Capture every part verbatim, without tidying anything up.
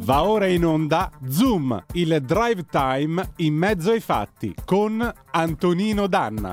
Va ora in onda Zoom, il drive time in mezzo ai fatti con Antonino Danna.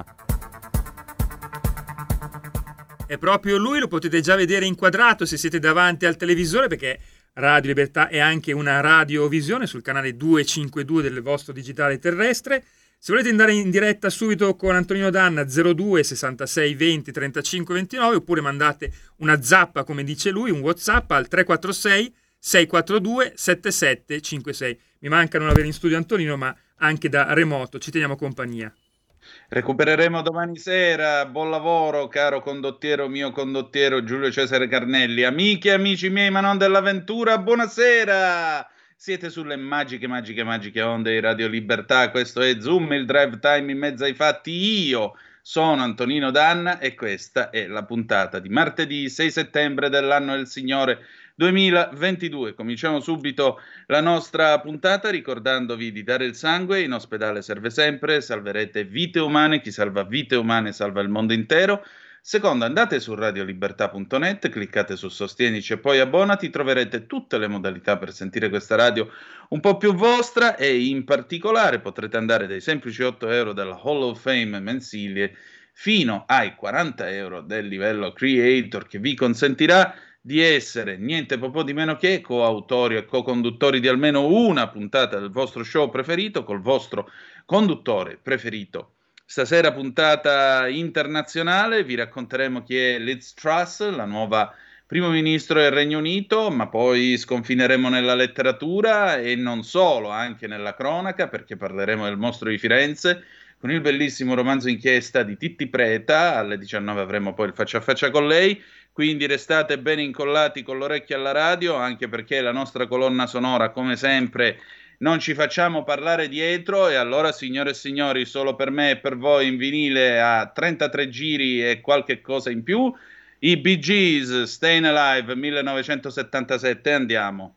È proprio lui, lo potete già vedere inquadrato se siete davanti al televisore, perché Radio Libertà è anche una radiovisione sul canale duecentocinquantadue del vostro digitale terrestre. Se volete andare in diretta subito con Antonino Danna, zero due sessantasei venti trentacinque ventinove, oppure mandate una zappa, come dice lui, un WhatsApp al tre quattro sei sei quattro due sette sette cinque sei. Mi manca non avere in studio Antonino, ma anche da remoto ci teniamo compagnia. Recupereremo domani sera. Buon lavoro, caro condottiero, mio condottiero Giulio Cesare Carnelli. Amiche e amici miei, ma non dell'avventura, buonasera! Siete sulle magiche, magiche, magiche onde di Radio Libertà. Questo è Zoom, il drive time in mezzo ai fatti. Io sono Antonino Danna e questa è la puntata di martedì sei settembre dell'anno del Signore duemilaventidue. Cominciamo subito la nostra puntata ricordandovi di dare il sangue. In ospedale serve sempre, salverete vite umane. Chi salva vite umane salva il mondo intero. Secondo, andate su radiolibertà punto net, cliccate su Sostienici e poi abbonati, troverete tutte le modalità per sentire questa radio un po' più vostra, e in particolare potrete andare dai semplici otto euro della Hall of Fame mensile fino ai quaranta euro del livello Creator, che vi consentirà di essere niente po' di meno che coautori e co-conduttori di almeno una puntata del vostro show preferito col vostro conduttore preferito. Stasera puntata internazionale, vi racconteremo chi è Liz Truss, la nuova primo ministro del Regno Unito, ma poi sconfineremo nella letteratura e non solo, anche nella cronaca, perché parleremo del mostro di Firenze con il bellissimo romanzo inchiesta di Titti Preta. Alle diciannove avremo poi il faccia a faccia con lei, quindi restate ben incollati con l'orecchio alla radio, anche perché la nostra colonna sonora, come sempre, non ci facciamo parlare dietro. E allora, signore e signori, solo per me e per voi in vinile a trentatré giri e qualche cosa in più, i Bee Gees, Stayin' Alive millenovecentosettantasette, andiamo.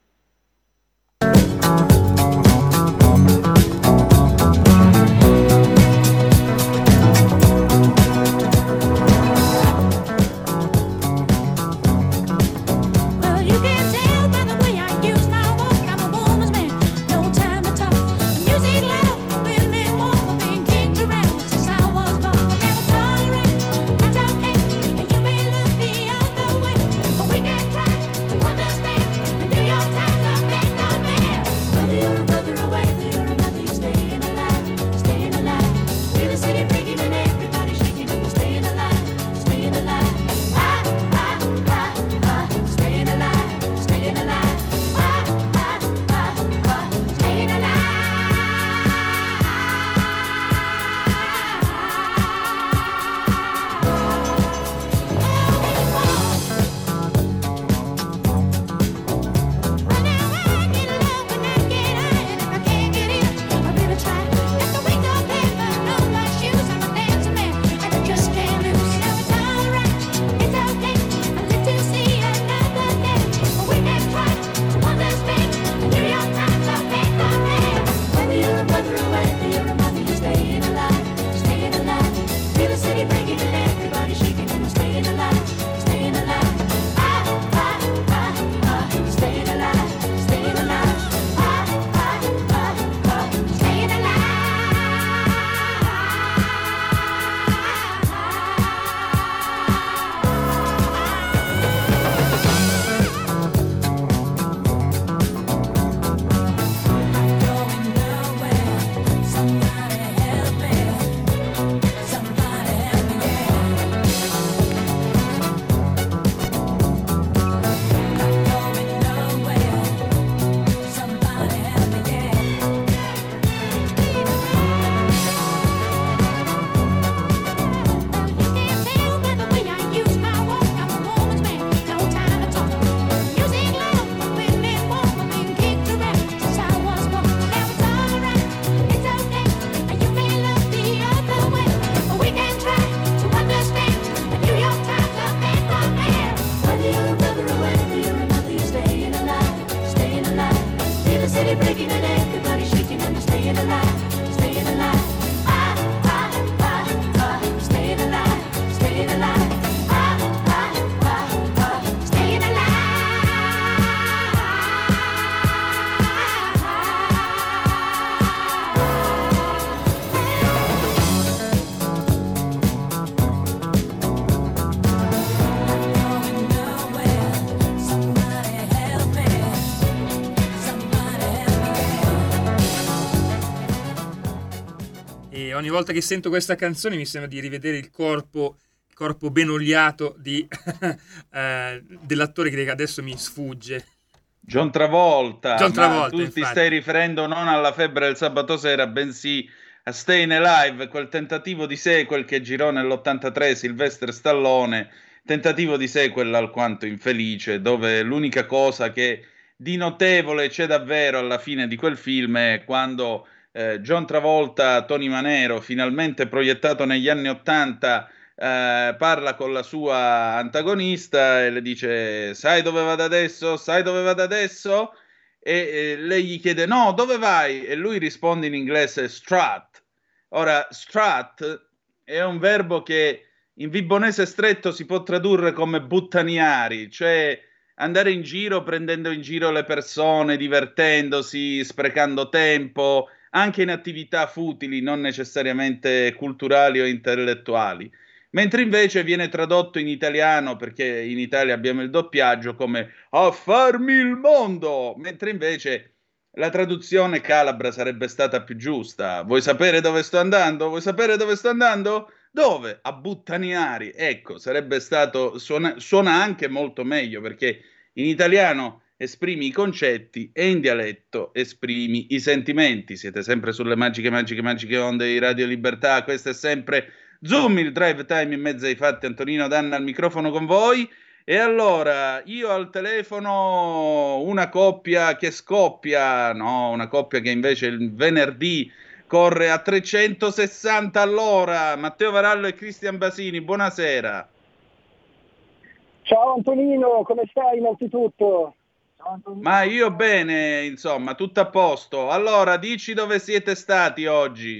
Your time. e ogni volta che sento questa canzone mi sembra di rivedere il corpo, il corpo ben oliato di, eh, dell'attore che adesso mi sfugge. John Travolta. John Travolta, ma tu infatti. ti stai riferendo non alla Febbre del sabato sera, bensì a Stayin' Alive, quel tentativo di sequel che girò nell'ottantatré, Sylvester Stallone, tentativo di sequel alquanto infelice, dove l'unica cosa che di notevole c'è davvero alla fine di quel film è quando eh, John Travolta, Tony Manero, finalmente proiettato negli anni ottanta, eh, parla con la sua antagonista e le dice: sai dove vado adesso? Sai dove vado adesso? E eh, lei gli chiede: no, dove vai? E lui risponde in inglese strut. Ora, strut è un verbo che in vibonese stretto si può tradurre come buttaniari, cioè andare in giro prendendo in giro le persone, divertendosi, sprecando tempo, anche in attività futili, non necessariamente culturali o intellettuali. Mentre invece viene tradotto in italiano, perché in Italia abbiamo il doppiaggio, come a farmi il mondo, mentre invece la traduzione calabra sarebbe stata più giusta. Vuoi sapere dove sto andando? Vuoi sapere dove sto andando? Dove? A Buttaniari. Ecco, sarebbe stato, suona, suona anche molto meglio, perché in italiano esprimi i concetti e in dialetto esprimi i sentimenti. Siete sempre sulle magiche, magiche, magiche onde di Radio Libertà. Questo è sempre Zoom, il drive time in mezzo ai fatti. Antonino Danna al microfono con voi. E allora, io al telefono una coppia che scoppia, no, una coppia che invece il venerdì corre a trecentosessanta all'ora. Matteo Varallo e Cristian Basini, buonasera. Ciao Antonino, come stai innanzitutto? Ciao Antonino. Ma io bene, insomma, tutto a posto. Allora, dici dove siete stati oggi?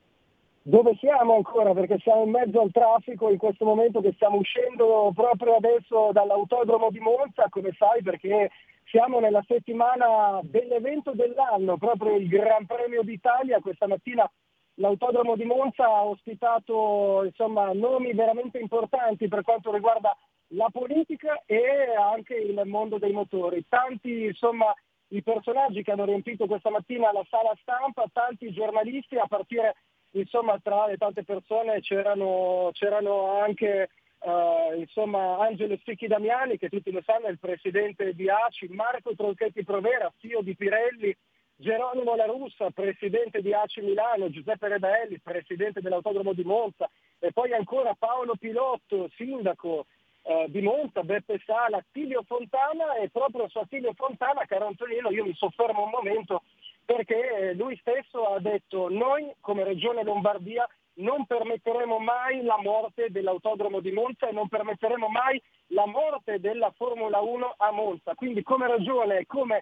Dove siamo ancora? Perché siamo in mezzo al traffico in questo momento, che stiamo uscendo proprio adesso dall'autodromo di Monza, come sai, perché siamo nella settimana dell'evento dell'anno, proprio il Gran Premio d'Italia. Questa mattina l'autodromo di Monza ha ospitato, insomma, nomi veramente importanti per quanto riguarda la politica e anche il mondo dei motori. Tanti, insomma, i personaggi che hanno riempito questa mattina la sala stampa, tanti giornalisti, a partire, insomma, tra le tante persone c'erano, c'erano anche uh, insomma, Angelo Sticchi Damiani, che tutti lo sanno è il presidente di A C I, Marco Tronchetti Provera, C E O di Pirelli, Geronimo La Russa, presidente di A C I Milano, Giuseppe Redaelli, presidente dell'autodromo di Monza, e poi ancora Paolo Pilotto, sindaco uh, di Monza, Beppe Sala, Attilio Fontana. E proprio su Attilio Fontana, caro Antonino, io mi soffermo un momento, perché lui stesso ha detto: noi come Regione Lombardia non permetteremo mai la morte dell'autodromo di Monza e non permetteremo mai la morte della Formula uno a Monza. Quindi come Regione e come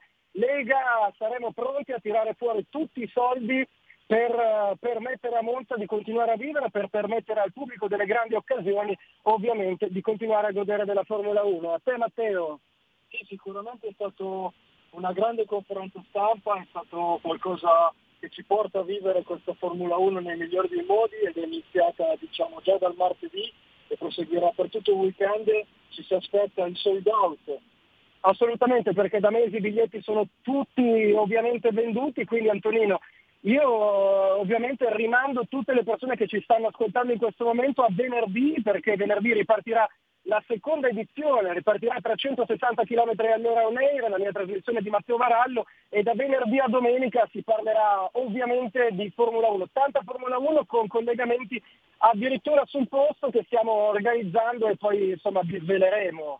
Lega saremo pronti a tirare fuori tutti i soldi per permettere a Monza di continuare a vivere, per permettere al pubblico delle grandi occasioni, ovviamente, di continuare a godere della Formula uno. A te, Matteo? Sì, sicuramente è stato una grande conferenza stampa, è stato qualcosa che ci porta a vivere questa Formula uno nei migliori dei modi, ed è iniziata, diciamo, già dal martedì e proseguirà per tutto il weekend. Ci si aspetta il sold out. Assolutamente, perché da mesi i biglietti sono tutti ovviamente venduti, quindi Antonino, io ovviamente rimando tutte le persone che ci stanno ascoltando in questo momento a venerdì, perché venerdì ripartirà la seconda edizione, ripartirà a trecentosessanta chilometri all'ora on air, la mia trasmissione di Matteo Varallo, e da venerdì a domenica si parlerà ovviamente di Formula uno, tanta Formula uno con collegamenti addirittura sul posto che stiamo organizzando e poi, insomma, vi sveleremo.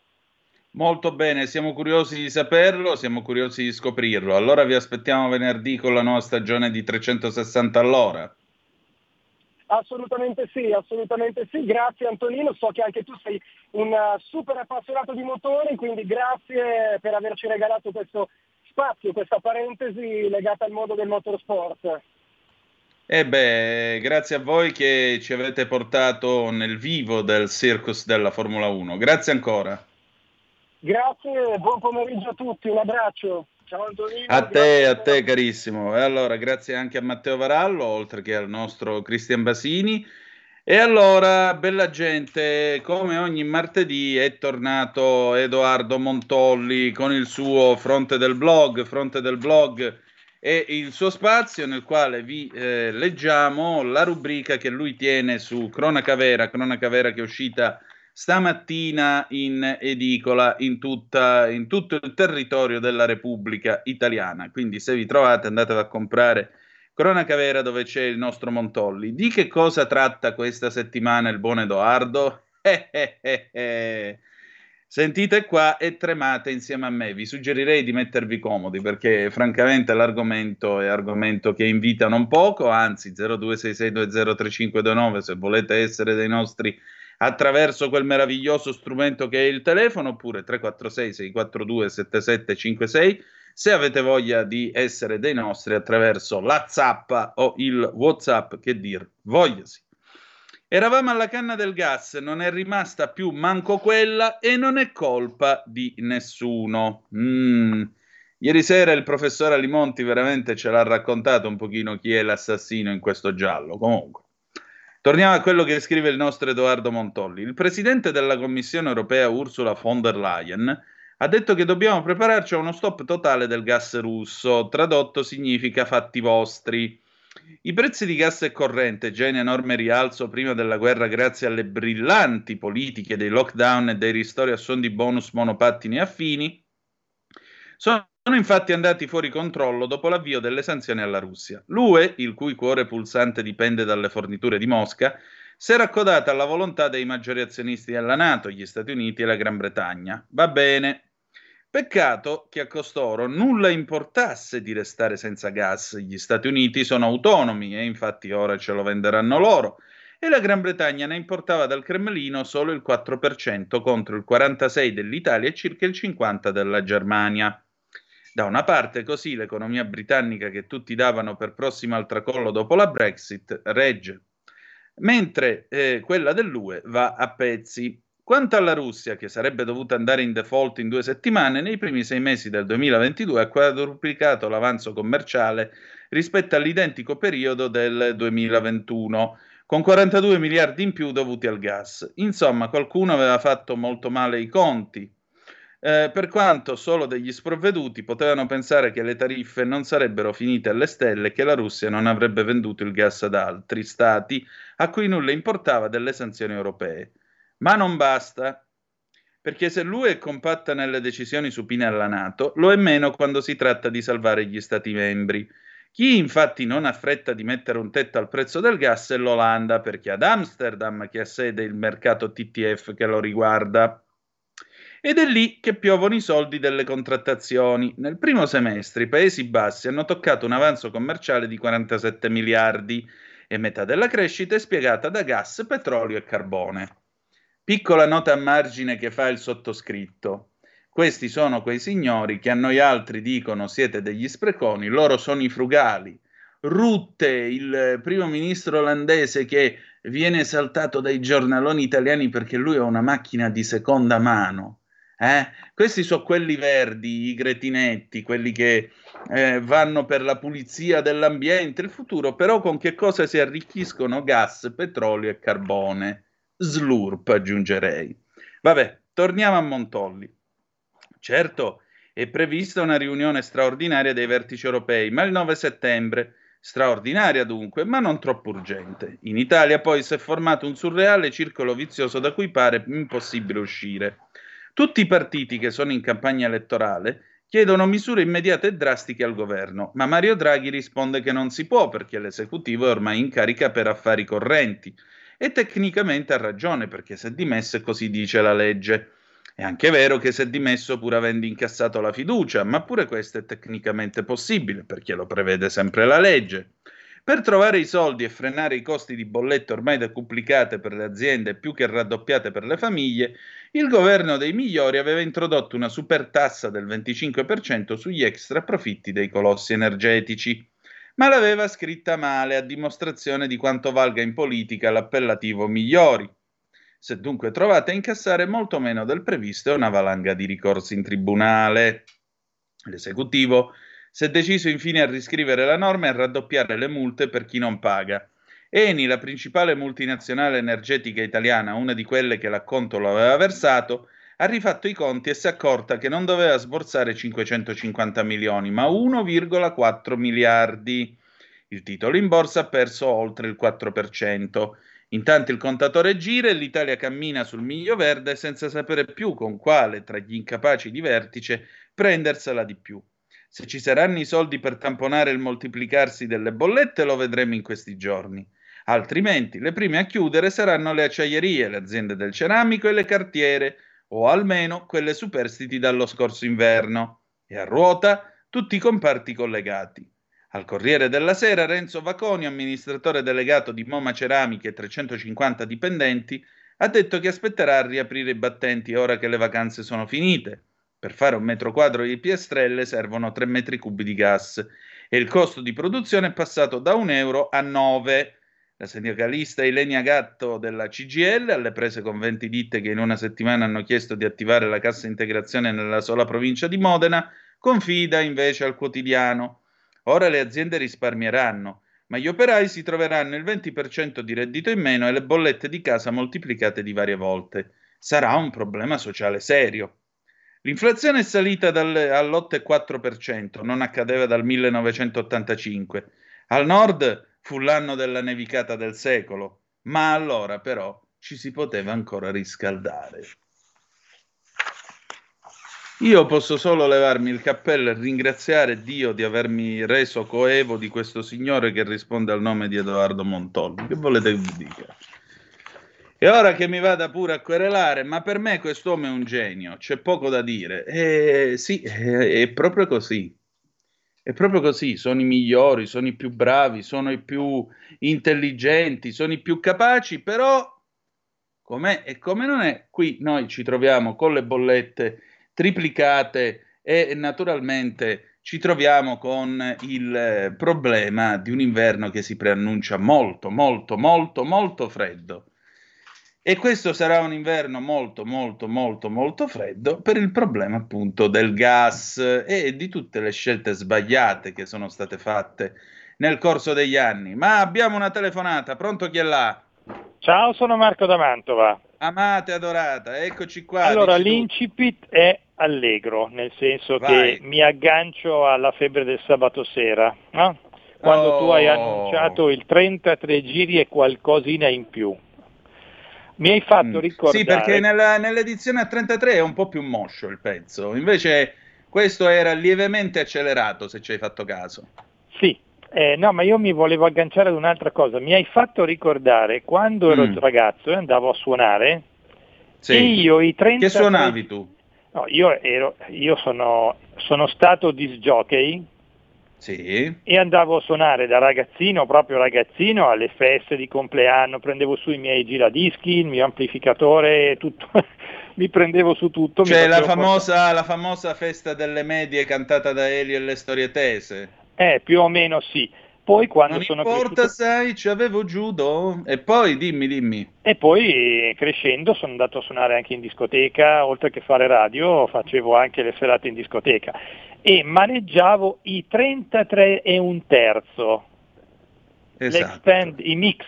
Molto bene, siamo curiosi di saperlo, siamo curiosi di scoprirlo. Allora vi aspettiamo venerdì con la nuova stagione di trecentosessanta all'ora. Assolutamente sì, assolutamente sì. Grazie Antonino, so che anche tu sei un super appassionato di motori, quindi grazie per averci regalato questo spazio, questa parentesi legata al mondo del motorsport. E beh, grazie a voi che ci avete portato nel vivo del circus della Formula uno. Grazie ancora. Grazie, buon pomeriggio a tutti, un abbraccio. Ciao Antonino. A te, a te carissimo. E allora grazie anche a Matteo Varallo, oltre che al nostro Cristian Basini. E allora, bella gente, come ogni martedì è tornato Edoardo Montolli con il suo Fronte del Blog. Fronte del Blog è il suo spazio nel quale vi eh, leggiamo la rubrica che lui tiene su Cronaca Vera, Cronaca Vera che è uscita stamattina in edicola in, tutta, in tutto il territorio della Repubblica Italiana. Quindi se vi trovate andatevi a comprare Cronaca Vera dove c'è il nostro Montolli. Di che cosa tratta questa settimana il buon Edoardo? Eh, eh, eh, eh. Sentite qua e tremate insieme a me. Vi suggerirei di mettervi comodi perché francamente l'argomento è argomento che invita non poco, anzi zero due sei sei due zero tre cinque due nove se volete essere dei nostri attraverso quel meraviglioso strumento che è il telefono, oppure tre quattro sei sei quattro due sette sette cinque sei se avete voglia di essere dei nostri attraverso la zappa o il WhatsApp, che dir vogliasi. Eravamo alla canna del gas, non è rimasta più manco quella e non è colpa di nessuno. Mm. Ieri sera il professor Alimonti veramente ce l'ha raccontato un pochino chi è l'assassino in questo giallo. Comunque, torniamo a quello che scrive il nostro Edoardo Montolli. Il presidente della Commissione europea Ursula von der Leyen ha detto che dobbiamo prepararci a uno stop totale del gas russo. Tradotto significa fatti vostri. I prezzi di gas e corrente, già in enorme rialzo prima della guerra grazie alle brillanti politiche dei lockdown e dei ristori a suon di bonus monopattini e affini, sono infatti andati fuori controllo dopo l'avvio delle sanzioni alla Russia. L'U E, il cui cuore pulsante dipende dalle forniture di Mosca, si era accodata alla volontà dei maggiori azionisti della NATO, gli Stati Uniti e la Gran Bretagna. Va bene. Peccato che a costoro nulla importasse di restare senza gas. Gli Stati Uniti sono autonomi e infatti ora ce lo venderanno loro. E la Gran Bretagna ne importava dal Cremlino solo il quattro per cento contro il quarantasei per cento dell'Italia e circa il cinquanta per cento della Germania. Da una parte così l'economia britannica che tutti davano per prossimo al tracollo dopo la Brexit regge, mentre eh, quella dell'U E va a pezzi. Quanto alla Russia, che sarebbe dovuta andare in default in due settimane, nei primi sei mesi del duemilaventidue ha quadruplicato l'avanzo commerciale rispetto all'identico periodo del duemilaventuno, con quarantadue miliardi in più dovuti al gas. Insomma, qualcuno aveva fatto molto male i conti. Eh, per quanto solo degli sprovveduti potevano pensare che le tariffe non sarebbero finite alle stelle e che la Russia non avrebbe venduto il gas ad altri stati a cui nulla importava delle sanzioni europee. Ma non basta, perché se l'U E è compatta nelle decisioni supine alla NATO, lo è meno quando si tratta di salvare gli Stati membri. Chi infatti non ha fretta di mettere un tetto al prezzo del gas è l'Olanda, perché ad Amsterdam che ha sede il mercato T T F che lo riguarda. Ed è lì che piovono i soldi delle contrattazioni. Nel primo semestre i Paesi Bassi hanno toccato un avanzo commerciale di quarantasette miliardi e metà della crescita è spiegata da gas, petrolio e carbone. Piccola nota a margine che fa il sottoscritto. Questi sono quei signori che a noi altri dicono siete degli spreconi, loro sono i frugali. Rutte, il primo ministro olandese che viene esaltato dai giornaloni italiani perché lui ha una macchina di seconda mano. Eh? Questi sono quelli verdi, i cretinetti, quelli che eh, vanno per la pulizia dell'ambiente, il futuro, però con che cosa si arricchiscono? Gas, petrolio e carbone. Slurp, aggiungerei. Vabbè, torniamo a Montolli. Certo, è prevista una riunione straordinaria dei vertici europei, ma il nove settembre, straordinaria dunque, ma non troppo urgente. In Italia poi si è formato un surreale circolo vizioso da cui pare impossibile uscire. Tutti i partiti che sono in campagna elettorale chiedono misure immediate e drastiche al governo, ma Mario Draghi risponde che non si può perché l'esecutivo è ormai in carica per affari correnti. E tecnicamente ha ragione, perché si è dimesso e così dice la legge. È anche vero che si è dimesso pur avendo incassato la fiducia, ma pure questo è tecnicamente possibile, perché lo prevede sempre la legge. Per trovare i soldi e frenare i costi di bollette ormai decuplicate per le aziende e più che raddoppiate per le famiglie, il governo dei migliori aveva introdotto una supertassa del venticinque per cento sugli extra profitti dei colossi energetici. Ma l'aveva scritta male, a dimostrazione di quanto valga in politica l'appellativo migliori. Se dunque trovate a incassare molto meno del previsto è una valanga di ricorsi in tribunale. L'esecutivo si è deciso infine a riscrivere la norma e a raddoppiare le multe per chi non paga. Eni, la principale multinazionale energetica italiana, una di quelle che l'acconto lo aveva versato, ha rifatto i conti e si è accorta che non doveva sborsare cinquecentocinquanta milioni, ma uno virgola quattro miliardi. Il titolo in borsa ha perso oltre il quattro per cento. Intanto il contatore gira e l'Italia cammina sul miglio verde senza sapere più con quale tra gli incapaci di vertice prendersela di più. Se ci saranno i soldi per tamponare il moltiplicarsi delle bollette lo vedremo in questi giorni. Altrimenti le prime a chiudere saranno le acciaierie, le aziende del ceramico e le cartiere, o almeno quelle superstiti dallo scorso inverno. E a ruota tutti i comparti collegati. Al Corriere della Sera Renzo Vaconi, amministratore delegato di Moma Ceramiche e trecentocinquanta dipendenti, ha detto che aspetterà a riaprire i battenti ora che le vacanze sono finite. Per fare un metro quadro di piastrelle servono tre metri cubi di gas e il costo di produzione è passato da un euro a nove. La sindacalista Ilenia Gatto della C G I L, alle prese con venti ditte che in una settimana hanno chiesto di attivare la cassa integrazione nella sola provincia di Modena, confida invece al quotidiano. Ora le aziende risparmieranno, ma gli operai si troveranno il venti per cento di reddito in meno e le bollette di casa moltiplicate di varie volte. Sarà un problema sociale serio. L'inflazione è salita dal, all'otto virgola quattro per cento, non accadeva dal millenovecentottantacinque. Al nord fu l'anno della nevicata del secolo, ma allora però ci si poteva ancora riscaldare. Io posso solo levarmi il cappello e ringraziare Dio di avermi reso coevo di questo signore che risponde al nome di Edoardo Montolli. Che volete che vi dica? E ora che mi vada pure a querelare, ma per me quest'uomo è un genio, c'è poco da dire. E sì, è, è proprio così. È proprio così, sono i migliori, sono i più bravi, sono i più intelligenti, sono i più capaci, però com'è e come non è, qui noi ci troviamo con le bollette triplicate e naturalmente ci troviamo con il problema di un inverno che si preannuncia molto, molto, molto, molto freddo. E questo sarà un inverno molto, molto, molto, molto freddo per il problema appunto del gas e di tutte le scelte sbagliate che sono state fatte nel corso degli anni. Ma abbiamo una telefonata, pronto, chi è là? Ciao, sono Marco da Mantova. Amate adorata, eccoci qua. Allora, l'incipit è allegro, nel senso Vai. che mi aggancio alla febbre del sabato sera, no? Quando Oh. tu hai annunciato il trentatré giri e qualcosina in più. Mi hai fatto Mm. ricordare... Sì, perché nella, nell'edizione a trentatré è un po' più moscio il pezzo, invece questo era lievemente accelerato, se ci hai fatto caso. Sì, eh, no, ma io mi volevo agganciare ad un'altra cosa. Mi hai fatto ricordare quando ero Mm. ragazzo e andavo a suonare, Sì. e io i trentatré... Che suonavi tu? No, io, ero, io sono, sono stato disc jockey. Sì. E andavo a suonare da ragazzino, proprio ragazzino, alle feste di compleanno, prendevo su i miei giradischi, il mio amplificatore, tutto, mi prendevo su tutto. Cioè mi la facevo famosa, la famosa festa delle medie cantata da Elio e le storie tese. portare... Eh, più o meno sì. Poi quando Non sono importa, cresciuto... sai, ci avevo judo. E poi dimmi, dimmi. E poi crescendo sono andato a suonare anche in discoteca, oltre che fare radio, facevo anche le serate in discoteca. E maneggiavo i trentatré e un terzo, Esatto. l'extend, i mix,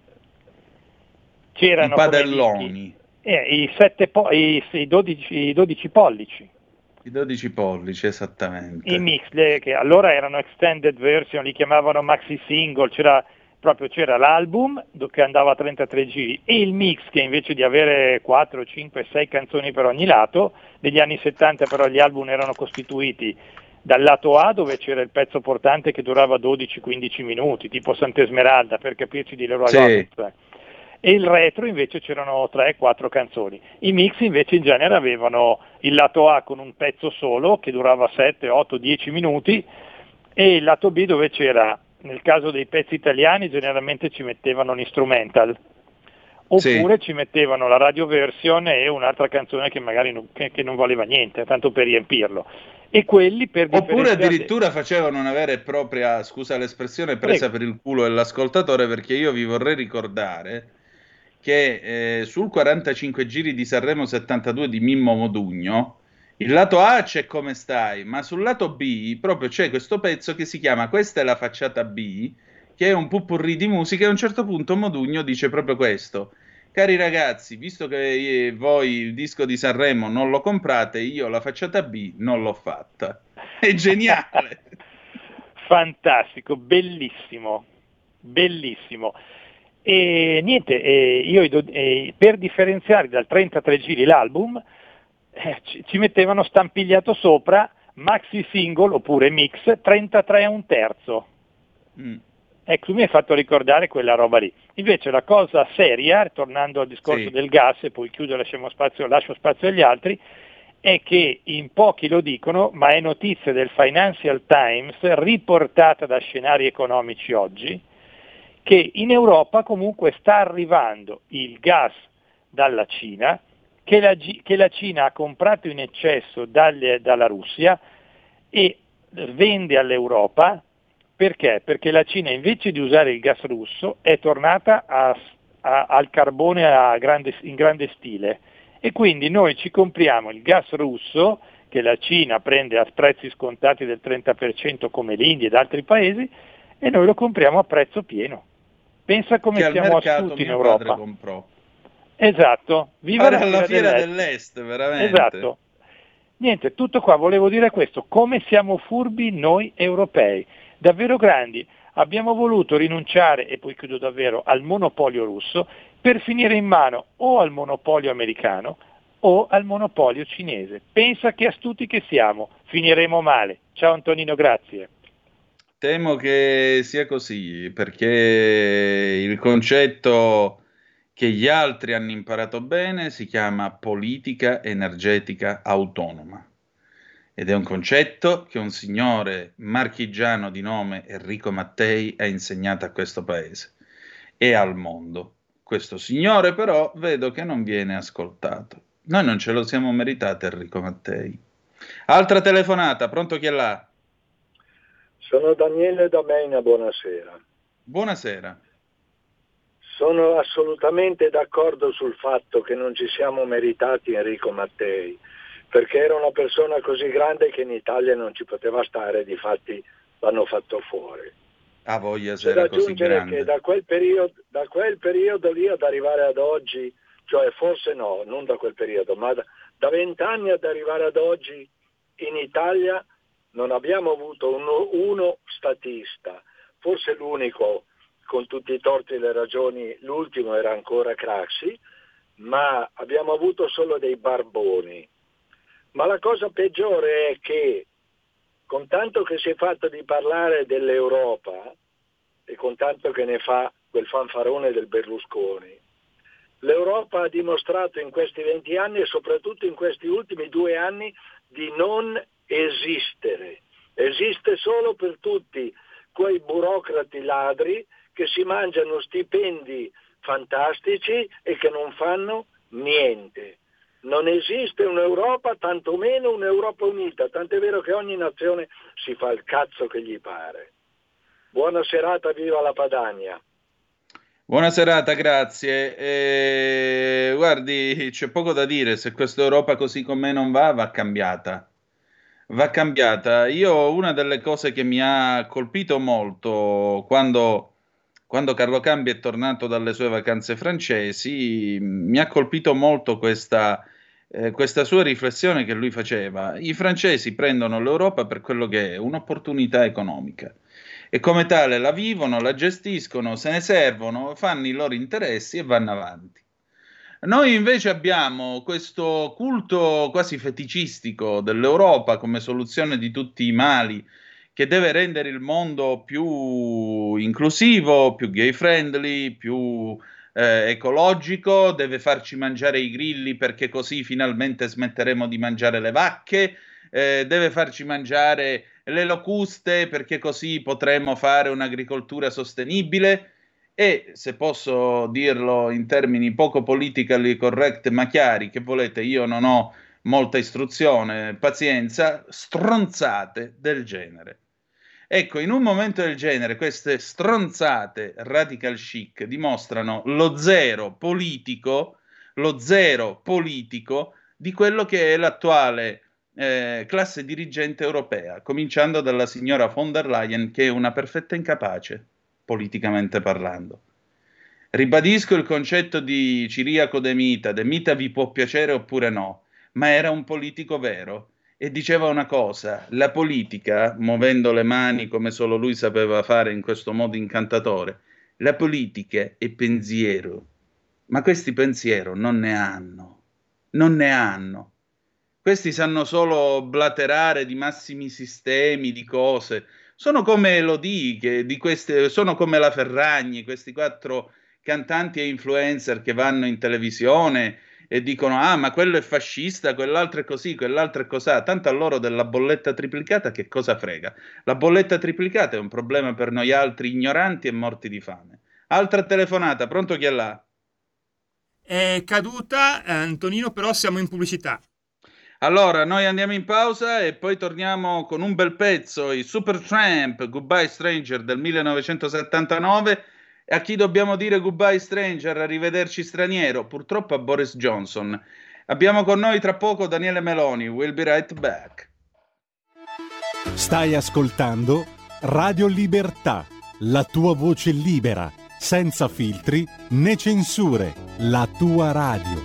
c'erano I padelloni, eh, i, sette po- i, i, dodici, i dodici pollici, i dodici pollici, esattamente. i mix, le, che allora erano extended version, li chiamavano maxi single, c'era proprio c'era l'album che andava a trentatré giri e il mix che invece di avere quattro, cinque, sei canzoni per ogni lato, negli anni settanta però gli album erano costituiti dal lato A dove c'era il pezzo portante che durava dodici quindici minuti, tipo Sant'Esmeralda per capirci di Leroy Sì. Lopez, e il retro invece c'erano tre quattro canzoni. I mix invece in genere avevano il lato A con un pezzo solo che durava sette, otto, dieci minuti e il lato B dove c'era, nel caso dei pezzi italiani generalmente ci mettevano un instrumental, oppure sì. ci mettevano la radio version e un'altra canzone che magari non, che, che non valeva niente, tanto per riempirlo. E quelli per Oppure addirittura facevano una vera e propria, scusa l'espressione, presa Prego. per il culo dell'ascoltatore, perché io vi vorrei ricordare che eh, sul quarantacinque giri di Sanremo settantadue di Mimmo Modugno il lato A c'è Come stai, ma sul lato B proprio c'è questo pezzo che si chiama Questa è la facciata B, che è un pupurri di musica e a un certo punto Modugno dice proprio questo: cari ragazzi, visto che voi il disco di Sanremo non lo comprate, io la facciata B non l'ho fatta. È geniale! Fantastico, bellissimo, bellissimo. E niente, eh, io eh, per differenziare dal trentatré giri l'album eh, ci, ci mettevano stampigliato sopra maxi single oppure mix trentatré e un terzo. Mm. Ecco, mi hai fatto ricordare quella roba lì. Invece la cosa seria, tornando al discorso sì. del gas, e poi chiudo, lasciamo spazio, lascio spazio agli altri, è che in pochi lo dicono, ma è notizia del Financial Times, riportata da Scenari Economici oggi, che in Europa comunque sta arrivando il gas dalla Cina, che la, che la Cina ha comprato in eccesso dalle, dalla Russia e vende all'Europa. Perché? Perché la Cina, invece di usare il gas russo, è tornata a, a, al carbone a grande, in grande stile, e quindi noi ci compriamo il gas russo, che la Cina prende a prezzi scontati del trenta per cento come l'India ed altri paesi, e noi lo compriamo a prezzo pieno. Pensa come che siamo al mercato astuti in mio Europa. Padre comprò. Esatto, viva la alla fiera, fiera dell'est. dell'est, veramente. Esatto. Niente, tutto qua, volevo dire questo, come siamo furbi noi europei, davvero grandi. Abbiamo voluto rinunciare, e poi chiudo davvero, al monopolio russo per finire in mano o al monopolio americano o al monopolio cinese. Pensa che astuti che siamo, finiremo male. Ciao Antonino, grazie. Temo che sia così, perché il concetto che gli altri hanno imparato bene si chiama politica energetica autonoma. Ed è un concetto che un signore marchigiano di nome Enrico Mattei ha insegnato a questo paese e al mondo. Questo signore però vedo che non viene ascoltato. Noi non ce lo siamo meritato, Enrico Mattei. Altra telefonata, pronto chi è là? Sono Daniele da Mena, buonasera. Buonasera. Sono assolutamente d'accordo sul fatto che non ci siamo meritati Enrico Mattei, perché era una persona così grande che in Italia non ci poteva stare, difatti l'hanno fatto fuori. Ah, voglia, c'è da aggiungere che da quel, periodo, da quel periodo lì ad arrivare ad oggi, cioè forse no, non da quel periodo, ma da vent'anni ad arrivare ad oggi in Italia non abbiamo avuto uno, uno statista, forse l'unico, con tutti i torti e le ragioni, l'ultimo era ancora Craxi, ma abbiamo avuto solo dei barboni. Ma la cosa peggiore è che, con tanto che si è fatto di parlare dell'Europa e con tanto che ne fa quel fanfarone del Berlusconi, l'Europa ha dimostrato in questi venti anni e soprattutto in questi ultimi due anni di non esistere. Esiste solo per tutti quei burocrati ladri che si mangiano stipendi fantastici e che non fanno niente. Non esiste un'Europa, tantomeno un'Europa unita, tant'è vero che ogni nazione si fa il cazzo che gli pare. Buona serata, viva la Padania. Buona serata, grazie. Eh, guardi, c'è poco da dire, se questa Europa così com'è non va, va cambiata. Va cambiata. Io una delle cose che mi ha colpito molto quando... Quando Carlo Cambi è tornato dalle sue vacanze francesi, mi ha colpito molto questa, eh, questa sua riflessione che lui faceva. I francesi prendono l'Europa per quello che è, un'opportunità economica. E come tale la vivono, la gestiscono, se ne servono, fanno i loro interessi e vanno avanti. Noi invece abbiamo questo culto quasi feticistico dell'Europa come soluzione di tutti i mali, che deve rendere il mondo più inclusivo, più gay friendly, più eh, ecologico, deve farci mangiare i grilli perché così finalmente smetteremo di mangiare le vacche, eh, deve farci mangiare le locuste perché così potremo fare un'agricoltura sostenibile e, se posso dirlo in termini poco politically correct ma chiari, che volete, io non ho molta istruzione, pazienza, stronzate del genere. Ecco, in un momento del genere queste stronzate radical chic dimostrano lo zero politico, lo zero politico di quello che è l'attuale eh, classe dirigente europea, cominciando dalla signora von der Leyen, che è una perfetta incapace, politicamente parlando. Ribadisco il concetto di Ciriaco De Mita, De Mita vi può piacere oppure no, ma era un politico vero e diceva una cosa: la politica, muovendo le mani come solo lui sapeva fare in questo modo incantatore, la politica è pensiero, ma questi pensiero non ne hanno, non ne hanno. Questi sanno solo blaterare di massimi sistemi, di cose. Sono come Elodie, che di queste, sono come la Ferragni, questi quattro cantanti e influencer che vanno in televisione e dicono ah ma quello è fascista, quell'altro è così, quell'altro è cosà, tanto a loro della bolletta triplicata che cosa frega? La bolletta triplicata è un problema per noi altri ignoranti e morti di fame. Altra telefonata, pronto, chi è là? È caduta, Antonino, però siamo in pubblicità. Allora, noi andiamo in pausa e poi torniamo con un bel pezzo, i Supertramp, Goodbye Stranger del millenovecentosettantanove. E a chi dobbiamo dire goodbye stranger, arrivederci straniero? Purtroppo a Boris Johnson. Abbiamo con noi tra poco Daniele Meloni. We'll be right back. Stai ascoltando Radio Libertà, la tua voce libera, senza filtri né censure, la tua radio.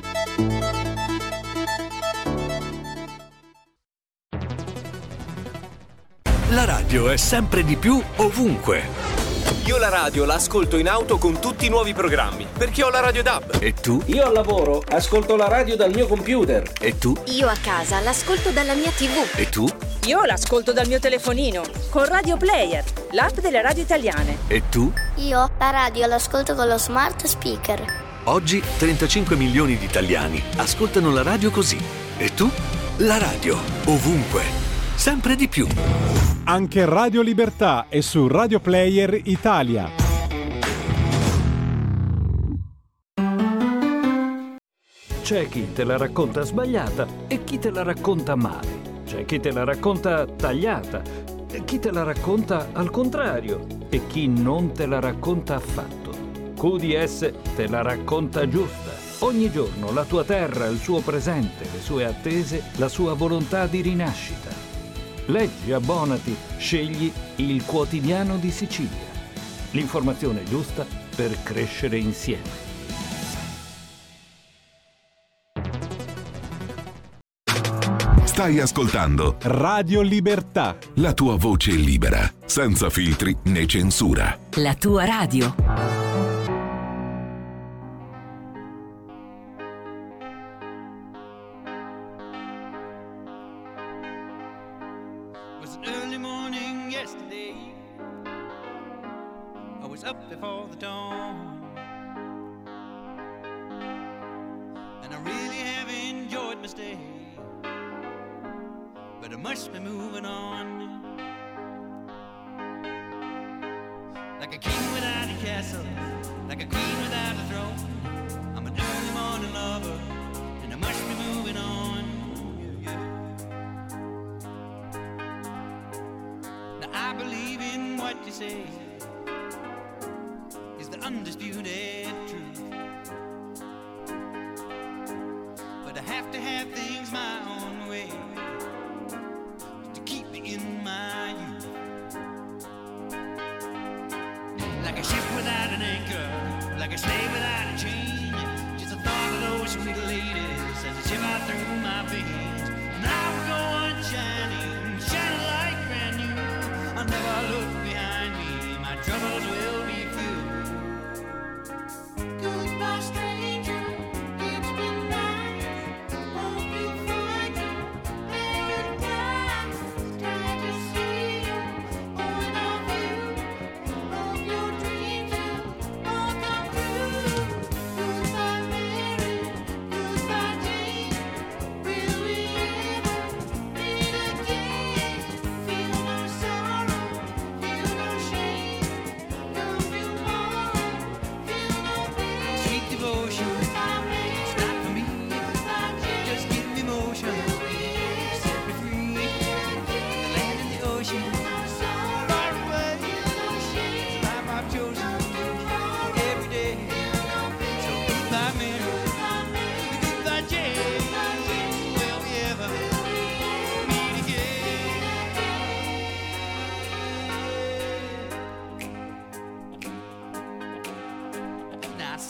La radio è sempre di più ovunque. Io la radio l'ascolto in auto con tutti i nuovi programmi, perché ho la radio D A B. E tu? Io al lavoro ascolto la radio dal mio computer. E tu? Io a casa l'ascolto dalla mia tivù. E tu? Io l'ascolto dal mio telefonino, con Radio Player, l'app delle radio italiane. E tu? Io la radio l'ascolto con lo smart speaker. Oggi trentacinque milioni di italiani ascoltano la radio così. E tu? La radio, ovunque, sempre di più. Anche Radio Libertà è su Radio Player Italia. C'è chi te la racconta sbagliata e chi te la racconta male. C'è chi te la racconta tagliata e chi te la racconta al contrario e chi non te la racconta affatto. Q D S te la racconta giusta. Ogni giorno la tua terra, il suo presente, le sue attese, la sua volontà di rinascita. Leggi, abbonati, scegli il Quotidiano di Sicilia. L'informazione giusta per crescere insieme. Stai ascoltando Radio Libertà, la tua voce libera, senza filtri né censura. La tua radio.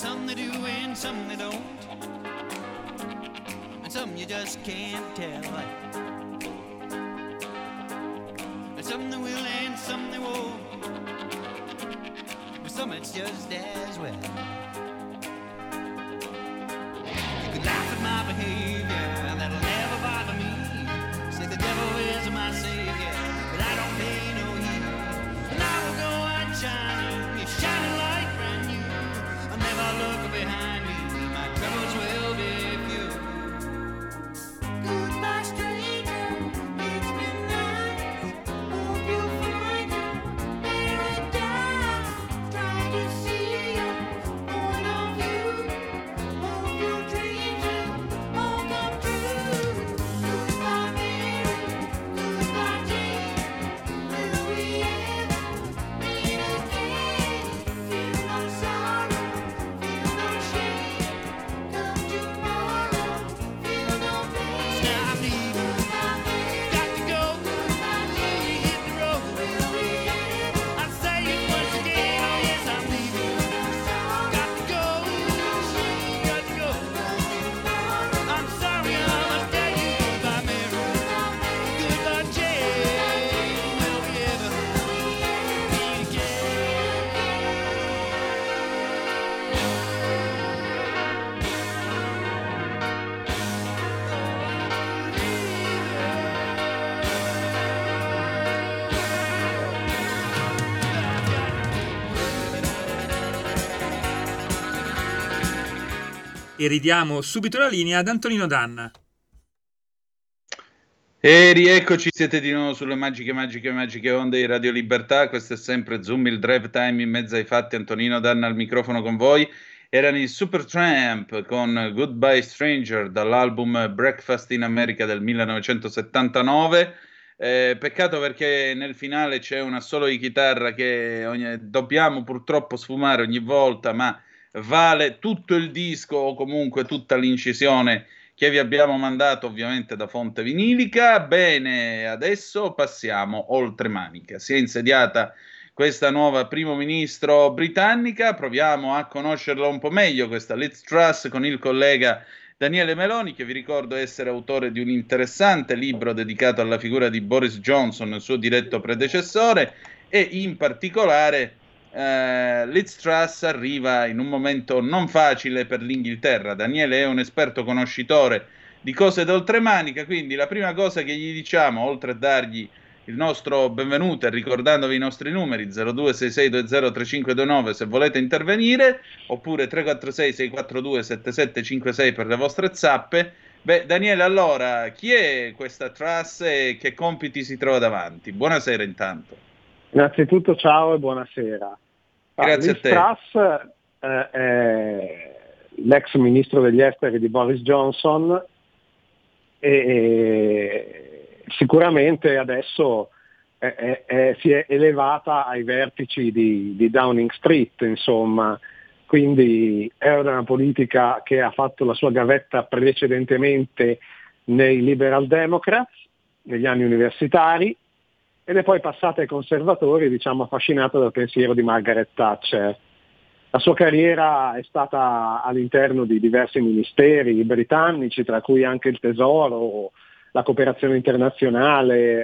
some they do and some they don't, and some you just can't tell. And some they will and some they won't, but some it's just as well. You could laugh at my behavior, that'll never bother me. Say the devil is my savior, but I don't pay no heed. And I will go on shining, you're shining like brand new. I'll never look behind me, my troubles will be few. Goodbye stranger, it's been nice, hope you'll find your paradise. Try to see us, point of view, hope your dreams will all come true. Goodbye Mary, goodbye Jane, will we ever meet again? Feel no sorrow, feel no shame, come tomorrow, feel no pain. Now I'm leaving, got to go, when we hit the road, will we ever? I say it once again, oh yes I'm leaving, got to go, got to go. I'm sorry I must tell you goodbye Mary, goodbye Jane, will we ever meet E ridiamo subito la linea ad Antonino Danna. E rieccoci, siete di nuovo sulle magiche, magiche, magiche onde di Radio Libertà. Questo è sempre Zoom, il drive time in mezzo ai fatti. Antonino Danna al microfono con voi. Erano i Supertramp con Goodbye Stranger dall'album Breakfast in America del millenovecentosettantanove. Eh, peccato perché nel finale c'è un assolo di chitarra che ogni- dobbiamo purtroppo sfumare ogni volta, ma vale tutto il disco o comunque tutta l'incisione che vi abbiamo mandato ovviamente da fonte vinilica. Bene, adesso passiamo oltre manica. Si è insediata questa nuova primo ministro britannica, proviamo a conoscerla un po' meglio, questa Liz Truss, con il collega Daniele Meloni, che vi ricordo essere autore di un interessante libro dedicato alla figura di Boris Johnson, il suo diretto predecessore, e in particolare Uh, Liz Truss arriva in un momento non facile per l'Inghilterra. Daniele è un esperto conoscitore di cose d'oltremanica, quindi la prima cosa che gli diciamo, oltre a dargli il nostro benvenuto e ricordandovi i nostri numeri zero due sei sei due zero tre cinque due nove se volete intervenire, oppure tre quattro sei sei quattro due sette sette cinque sei per le vostre zappe. Beh, Daniele, allora, chi è questa Truss e che compiti si trova davanti? Buonasera intanto. Innanzitutto ciao e buonasera. Grazie Liz a te. Truss eh, è l'ex ministro degli esteri di Boris Johnson e, e sicuramente adesso è, è, è, si è elevata ai vertici di, di Downing Street, insomma, quindi è una politica che ha fatto la sua gavetta precedentemente nei Liberal Democrats, negli anni universitari, ed è poi passata ai conservatori, diciamo affascinata dal pensiero di Margaret Thatcher. La sua carriera è stata all'interno di diversi ministeri britannici, tra cui anche il Tesoro, la cooperazione internazionale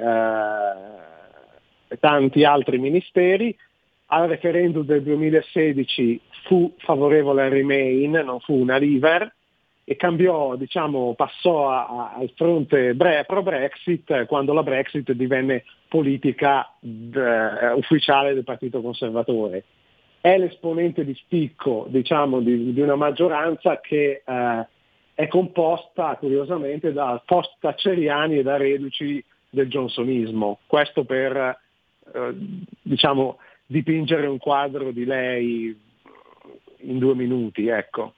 eh, e tanti altri ministeri. Al referendum del duemilasedici fu favorevole al Remain, non fu una Leaver, e cambiò, diciamo, passò a, a, al fronte bre- pro-Brexit quando la Brexit divenne politica d- ufficiale del Partito Conservatore. È l'esponente di spicco, diciamo, di, di una maggioranza che eh, è composta, curiosamente, da post-thatcheriani e da reduci del johnsonismo. Questo per, eh, diciamo, dipingere un quadro di lei in due minuti, ecco.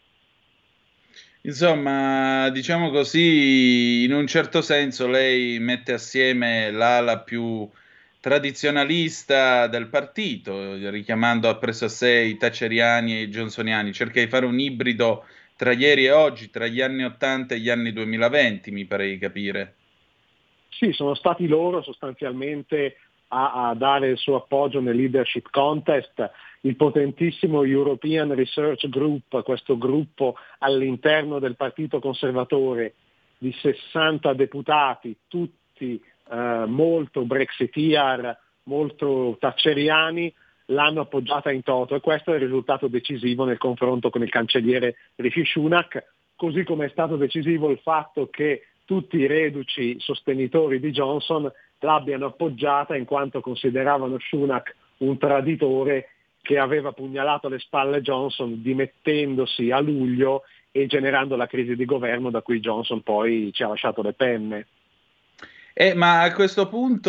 Insomma, diciamo così, in un certo senso lei mette assieme l'ala più tradizionalista del partito, richiamando appresso a sé i thatcheriani e i johnsoniani. Cerca di fare un ibrido tra ieri e oggi, tra gli anni ottanta e gli anni duemilaventi, mi pare di capire. Sì, sono stati loro sostanzialmente a, a dare il suo appoggio nel leadership contest. Il potentissimo European Research Group, questo gruppo all'interno del Partito Conservatore di sessanta deputati, tutti eh, molto brexiteer, molto thatcheriani, l'hanno appoggiata in toto, e questo è il risultato decisivo nel confronto con il cancelliere Rishi Sunak, così come è stato decisivo il fatto che tutti i reduci sostenitori di Johnson l'abbiano appoggiata in quanto consideravano Sunak un traditore che aveva pugnalato alle spalle Johnson dimettendosi a luglio e generando la crisi di governo da cui Johnson poi ci ha lasciato le penne. Eh, ma a questo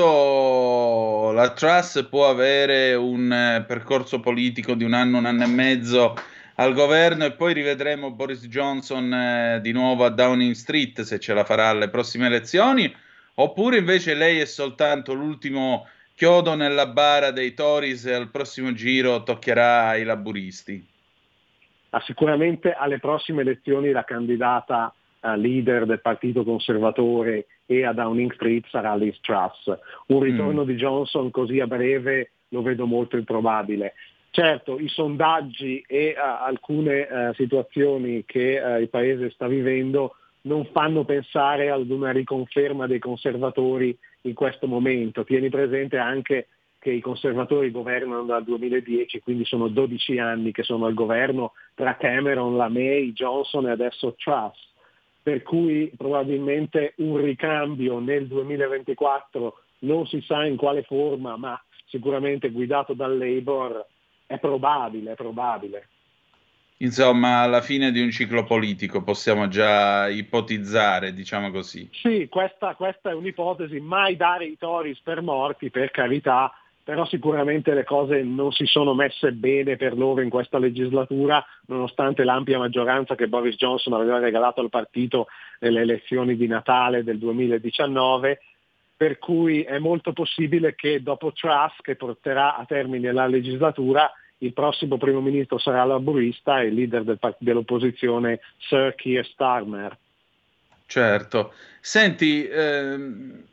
punto la Truss può avere un eh, percorso politico di un anno, un anno e mezzo al governo e poi rivedremo Boris Johnson eh, di nuovo a Downing Street se ce la farà alle prossime elezioni, oppure invece lei è soltanto l'ultimo chiodo nella bara dei Tories e al prossimo giro toccherà ai laburisti? Ah, sicuramente alle prossime elezioni la candidata uh, leader del Partito Conservatore e a Downing Street sarà Liz Truss. Un ritorno mm. di Johnson così a breve lo vedo molto improbabile. Certo, i sondaggi e uh, alcune uh, situazioni che uh, il Paese sta vivendo non fanno pensare ad una riconferma dei conservatori in questo momento. Tieni presente anche che i conservatori governano dal duemiladieci, quindi sono dodici anni che sono al governo tra Cameron, la May, Johnson e adesso Truss, per cui probabilmente un ricambio nel duemilaventiquattro non si sa in quale forma, ma sicuramente guidato dal Labour è probabile, è probabile. Insomma, alla fine di un ciclo politico possiamo già ipotizzare, diciamo così. Sì, questa, questa è un'ipotesi, mai dare i Tories per morti, per carità, però sicuramente le cose non si sono messe bene per loro in questa legislatura, nonostante l'ampia maggioranza che Boris Johnson aveva regalato al partito nelle elezioni di Natale del duemiladiciannove, per cui è molto possibile che dopo Truss, che porterà a termine la legislatura, il prossimo primo ministro sarà laburista e il leader del part- dell'opposizione Sir Keir Starmer. Certo. Senti, ehm,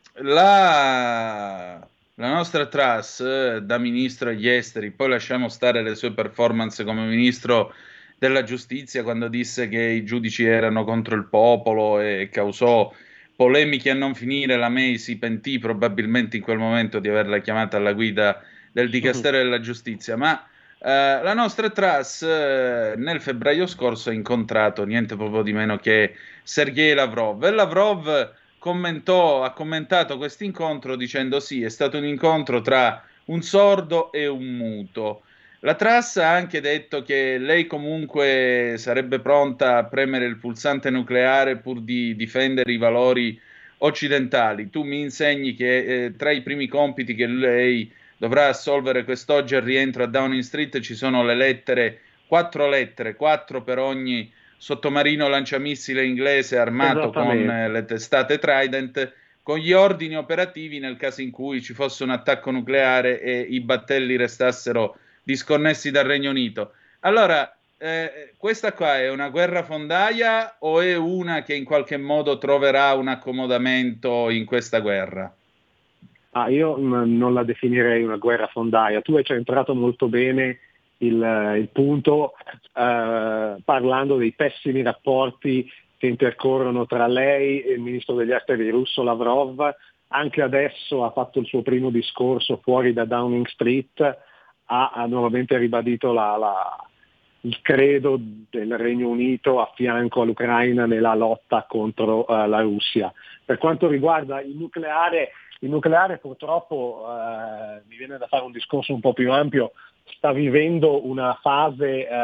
la, la nostra Truss eh, da ministro agli esteri, poi lasciamo stare le sue performance come ministro della giustizia quando disse che i giudici erano contro il popolo e causò polemiche a non finire, la May si pentì probabilmente in quel momento di averla chiamata alla guida del Dicastero della Giustizia, ma Uh, la nostra Truss uh, nel febbraio scorso ha incontrato niente proprio di meno che Sergei Lavrov e Lavrov commentò, ha commentato questo incontro dicendo sì, è stato un incontro tra un sordo e un muto. La Truss ha anche detto che lei comunque sarebbe pronta a premere il pulsante nucleare pur di difendere i valori occidentali. Tu mi insegni che eh, tra i primi compiti che lei dovrà assolvere quest'oggi al rientro a Downing Street ci sono le lettere, quattro lettere, quattro per ogni sottomarino lanciamissile inglese armato con eh, le testate Trident, con gli ordini operativi nel caso in cui ci fosse un attacco nucleare e i battelli restassero disconnessi dal Regno Unito. Allora, eh, questa qua è una guerra fondaia o è una che in qualche modo troverà un accomodamento in questa guerra? Ah, io mh, non la definirei una guerra fondaia. Tu hai centrato molto bene il, il punto eh, parlando dei pessimi rapporti che intercorrono tra lei e il ministro degli esteri russo Lavrov. Anche adesso ha fatto il suo primo discorso fuori da Downing Street, ha, ha nuovamente ribadito la, la, il credo del Regno Unito a fianco all'Ucraina nella lotta contro uh, la Russia. Per quanto riguarda il nucleare, il nucleare purtroppo, eh, mi viene da fare un discorso un po' più ampio, sta vivendo una fase eh,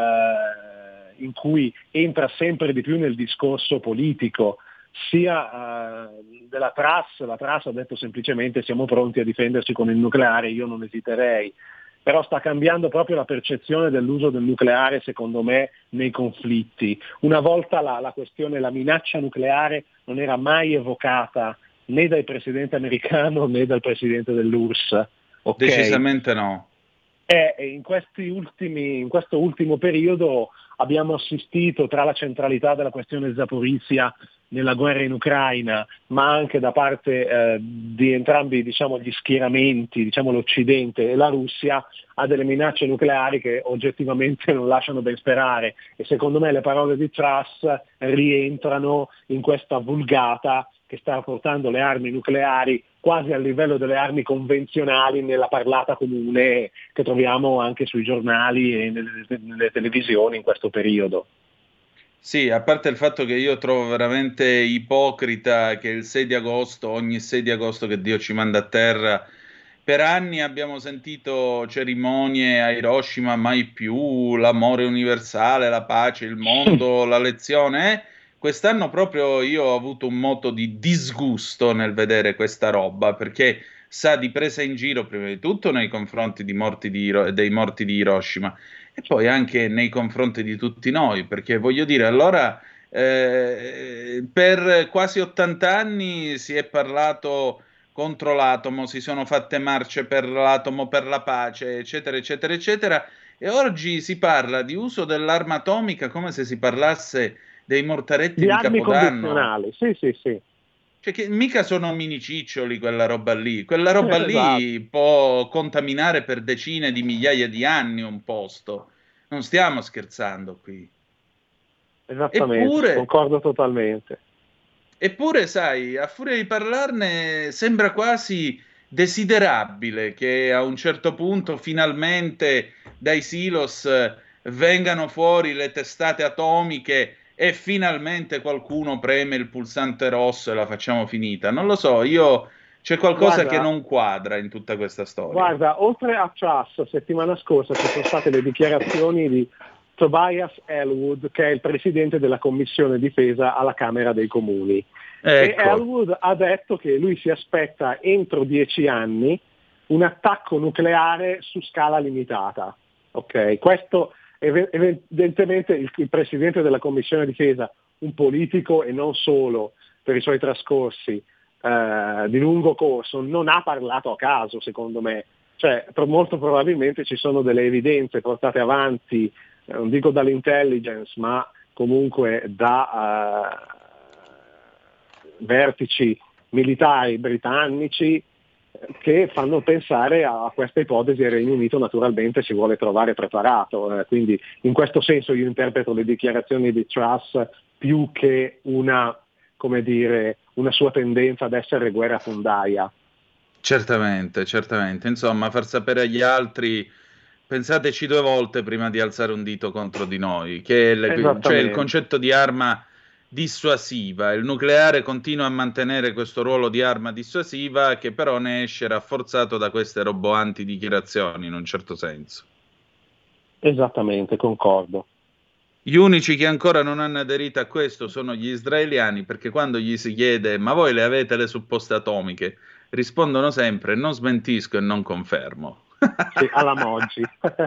in cui entra sempre di più nel discorso politico, sia eh, della Truss. La Truss ha detto semplicemente siamo pronti a difenderci con il nucleare, io non esiterei, però sta cambiando proprio la percezione dell'uso del nucleare, secondo me, nei conflitti. Una volta la, la questione, la minaccia nucleare non era mai evocata né dal presidente americano né dal presidente dell'U R S S. Okay? Decisamente no. E in questi ultimi, in questo ultimo periodo abbiamo assistito, tra la centralità della questione Zaporizia nella guerra in Ucraina, ma anche da parte eh, di entrambi, diciamo, gli schieramenti, diciamo l'Occidente e la Russia, a delle minacce nucleari che oggettivamente non lasciano ben sperare. E secondo me le parole di Truss rientrano in questa vulgata che sta portando le armi nucleari quasi al livello delle armi convenzionali nella parlata comune che troviamo anche sui giornali e nelle, nelle televisioni in questo periodo. Sì, a parte il fatto che io trovo veramente ipocrita che il sei di agosto, ogni sei di agosto che Dio ci manda a terra, per anni abbiamo sentito cerimonie a Hiroshima, mai più, l'amore universale, la pace, il mondo, la lezione. eh? Quest'anno proprio io ho avuto un moto di disgusto nel vedere questa roba, perché sa di presa in giro prima di tutto nei confronti di morti di Hiro- dei morti di Hiroshima e poi anche nei confronti di tutti noi, perché voglio dire, allora eh, per quasi ottanta anni si è parlato contro l'atomo, si sono fatte marce per l'atomo, per la pace, eccetera, eccetera, eccetera, e oggi si parla di uso dell'arma atomica come se si parlasse dei mortaretti Di di armi Capodanno. convenzionali, sì, sì, sì. Cioè che mica sono miniciccioli quella roba lì, quella roba Esatto. lì può contaminare per decine di migliaia di anni un posto. Non stiamo scherzando qui. Esattamente, Eppure- concordo totalmente. Eppure, sai, a furia di parlarne sembra quasi desiderabile che a un certo punto finalmente dai silos eh, vengano fuori le testate atomiche e finalmente qualcuno preme il pulsante rosso e la facciamo finita. Non lo so, io c'è qualcosa Guarda- che non quadra in tutta questa storia. Guarda, oltre a Truss, settimana scorsa ci sono state le dichiarazioni di Tobias Ellwood, che è il presidente della Commissione Difesa alla Camera dei Comuni. Ecco. E Ellwood ha detto che lui si aspetta entro dieci anni un attacco nucleare su scala limitata. Ok, questo ev- evidentemente il, il presidente della Commissione Difesa, un politico e non solo per i suoi trascorsi eh, di lungo corso, non ha parlato a caso, secondo me. Cioè, pro- molto probabilmente ci sono delle evidenze portate avanti, eh, non dico dall'intelligence, ma comunque da eh, vertici militari britannici eh, che fanno pensare a questa ipotesi e il Regno Unito naturalmente si vuole trovare preparato. Eh, quindi in questo senso io interpreto le dichiarazioni di Truss più che una, come dire, una sua tendenza ad essere guerrafondaia. Certamente, certamente. Insomma, far sapere agli altri, pensateci due volte prima di alzare un dito contro di noi, che è le- cioè il Esattamente. concetto di arma dissuasiva. Il nucleare continua a mantenere questo ruolo di arma dissuasiva che però ne esce rafforzato da queste roboanti dichiarazioni, in un certo senso. Esattamente, concordo. Gli unici che ancora non hanno aderito a questo sono gli israeliani, perché quando gli si chiede ma voi le avete le supposte atomiche, rispondono sempre non smentisco e non confermo. Sì, alla Moggi.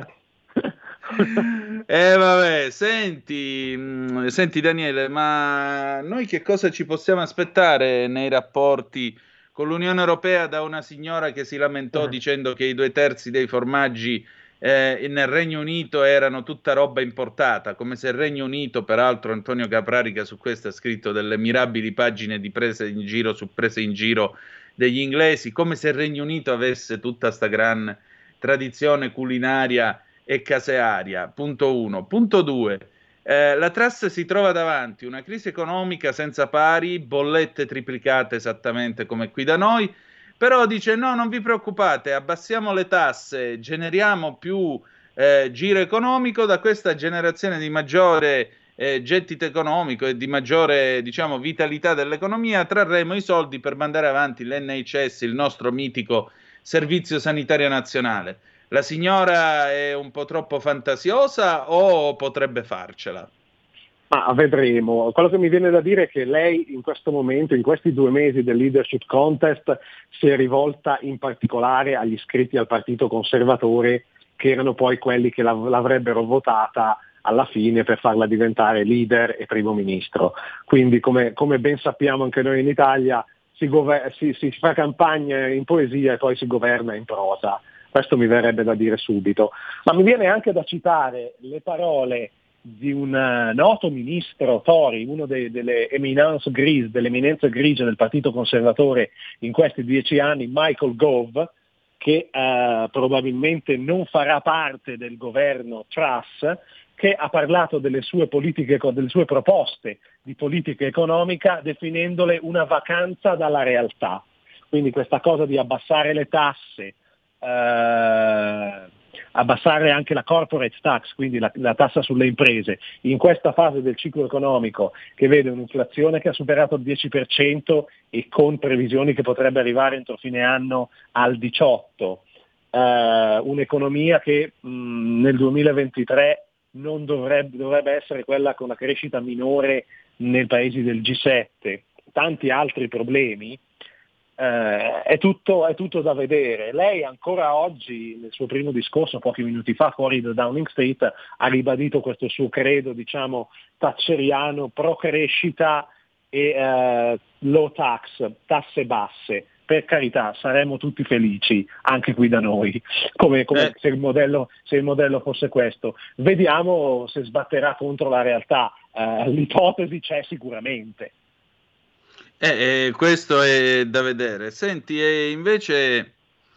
Eh vabbè, senti, mh, senti Daniele, ma noi che cosa ci possiamo aspettare nei rapporti con l'Unione Europea da una signora che si lamentò dicendo che i due terzi dei formaggi eh, nel Regno Unito erano tutta roba importata, come se il Regno Unito, peraltro Antonio Caprarica su questo ha scritto delle mirabili pagine di prese in giro su prese in giro degli inglesi, come se il Regno Unito avesse tutta sta gran tradizione culinaria e casearia, punto uno. Punto due, eh, la Truss si trova davanti una crisi economica senza pari, bollette triplicate esattamente come qui da noi, però dice no, non vi preoccupate, abbassiamo le tasse, generiamo più eh, giro economico, da questa generazione di maggiore eh, gettito economico e di maggiore, diciamo, vitalità dell'economia trarremo i soldi per mandare avanti l'N H S, il nostro mitico Servizio Sanitario Nazionale. La signora è un po' troppo fantasiosa o potrebbe farcela? Ma vedremo. Quello che mi viene da dire è che lei in questo momento, in questi due mesi del leadership contest, si è rivolta in particolare agli iscritti al Partito Conservatore, che erano poi quelli che lav- l'avrebbero votata alla fine per farla diventare leader e primo ministro. Quindi, come, come ben sappiamo anche noi in Italia, si, gover- si, si fa campagna in poesia e poi si governa in prosa. Questo mi verrebbe da dire subito. Ma mi viene anche da citare le parole di un uh, noto ministro Tory, uno dei, delle eminence grise, delle eminenze grigie del Partito Conservatore in questi dieci anni, Michael Gove, che uh, probabilmente non farà parte del governo Truss, che ha parlato delle sue politiche, delle sue proposte di politica economica, definendole una vacanza dalla realtà. Quindi questa cosa di abbassare le tasse, uh, abbassare anche la corporate tax, quindi la, la tassa sulle imprese, in questa fase del ciclo economico che vede un'inflazione che ha superato il dieci per cento e con previsioni che potrebbe arrivare entro fine anno al diciotto per cento, uh, un'economia che mh, nel duemilaventitré non dovrebbe, dovrebbe essere quella con la crescita minore nei paesi del G sette, tanti altri problemi. Eh, è, tutto, è tutto da vedere. Lei ancora oggi, nel suo primo discorso, pochi minuti fa, fuori da Downing Street, ha ribadito questo suo credo, diciamo, thatcheriano, pro crescita e eh, low tax, tasse basse. Per carità, saremmo tutti felici anche qui da noi, come, come eh. se, il modello, se il modello fosse questo. Vediamo se sbatterà contro la realtà. Eh, l'ipotesi c'è sicuramente. Eh, eh, questo è da vedere. Senti, e invece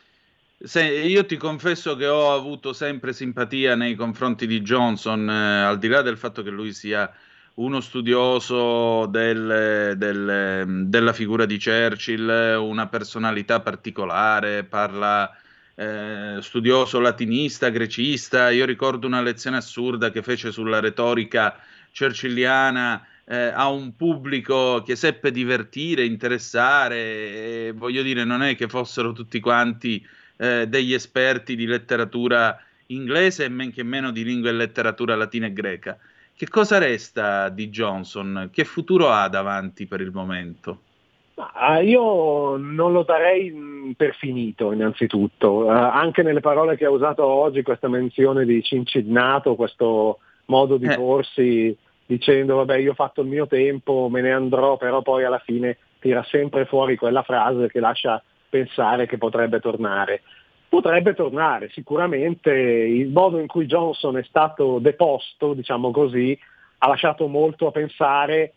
se, io ti confesso che ho avuto sempre simpatia nei confronti di Johnson, eh, al di là del fatto che lui sia uno studioso del, del, della figura di Churchill, una personalità particolare, parla eh, studioso latinista, grecista. Io ricordo una lezione assurda che fece sulla retorica churchilliana eh, a un pubblico che seppe divertire, interessare, e voglio dire, non è che fossero tutti quanti eh, degli esperti di letteratura inglese e men che meno di lingua e letteratura latina e greca. Che cosa resta di Johnson? Che futuro ha davanti per il momento? Ah, io non lo darei mh, per finito, innanzitutto. Uh, anche nelle parole che ha usato oggi, questa menzione di Cincinnato, questo modo di Eh. porsi dicendo vabbè, io ho fatto il mio tempo, me ne andrò, però poi alla fine tira sempre fuori quella frase che lascia pensare che potrebbe tornare. Potrebbe tornare, sicuramente. Il modo in cui Johnson è stato deposto, diciamo così, ha lasciato molto a pensare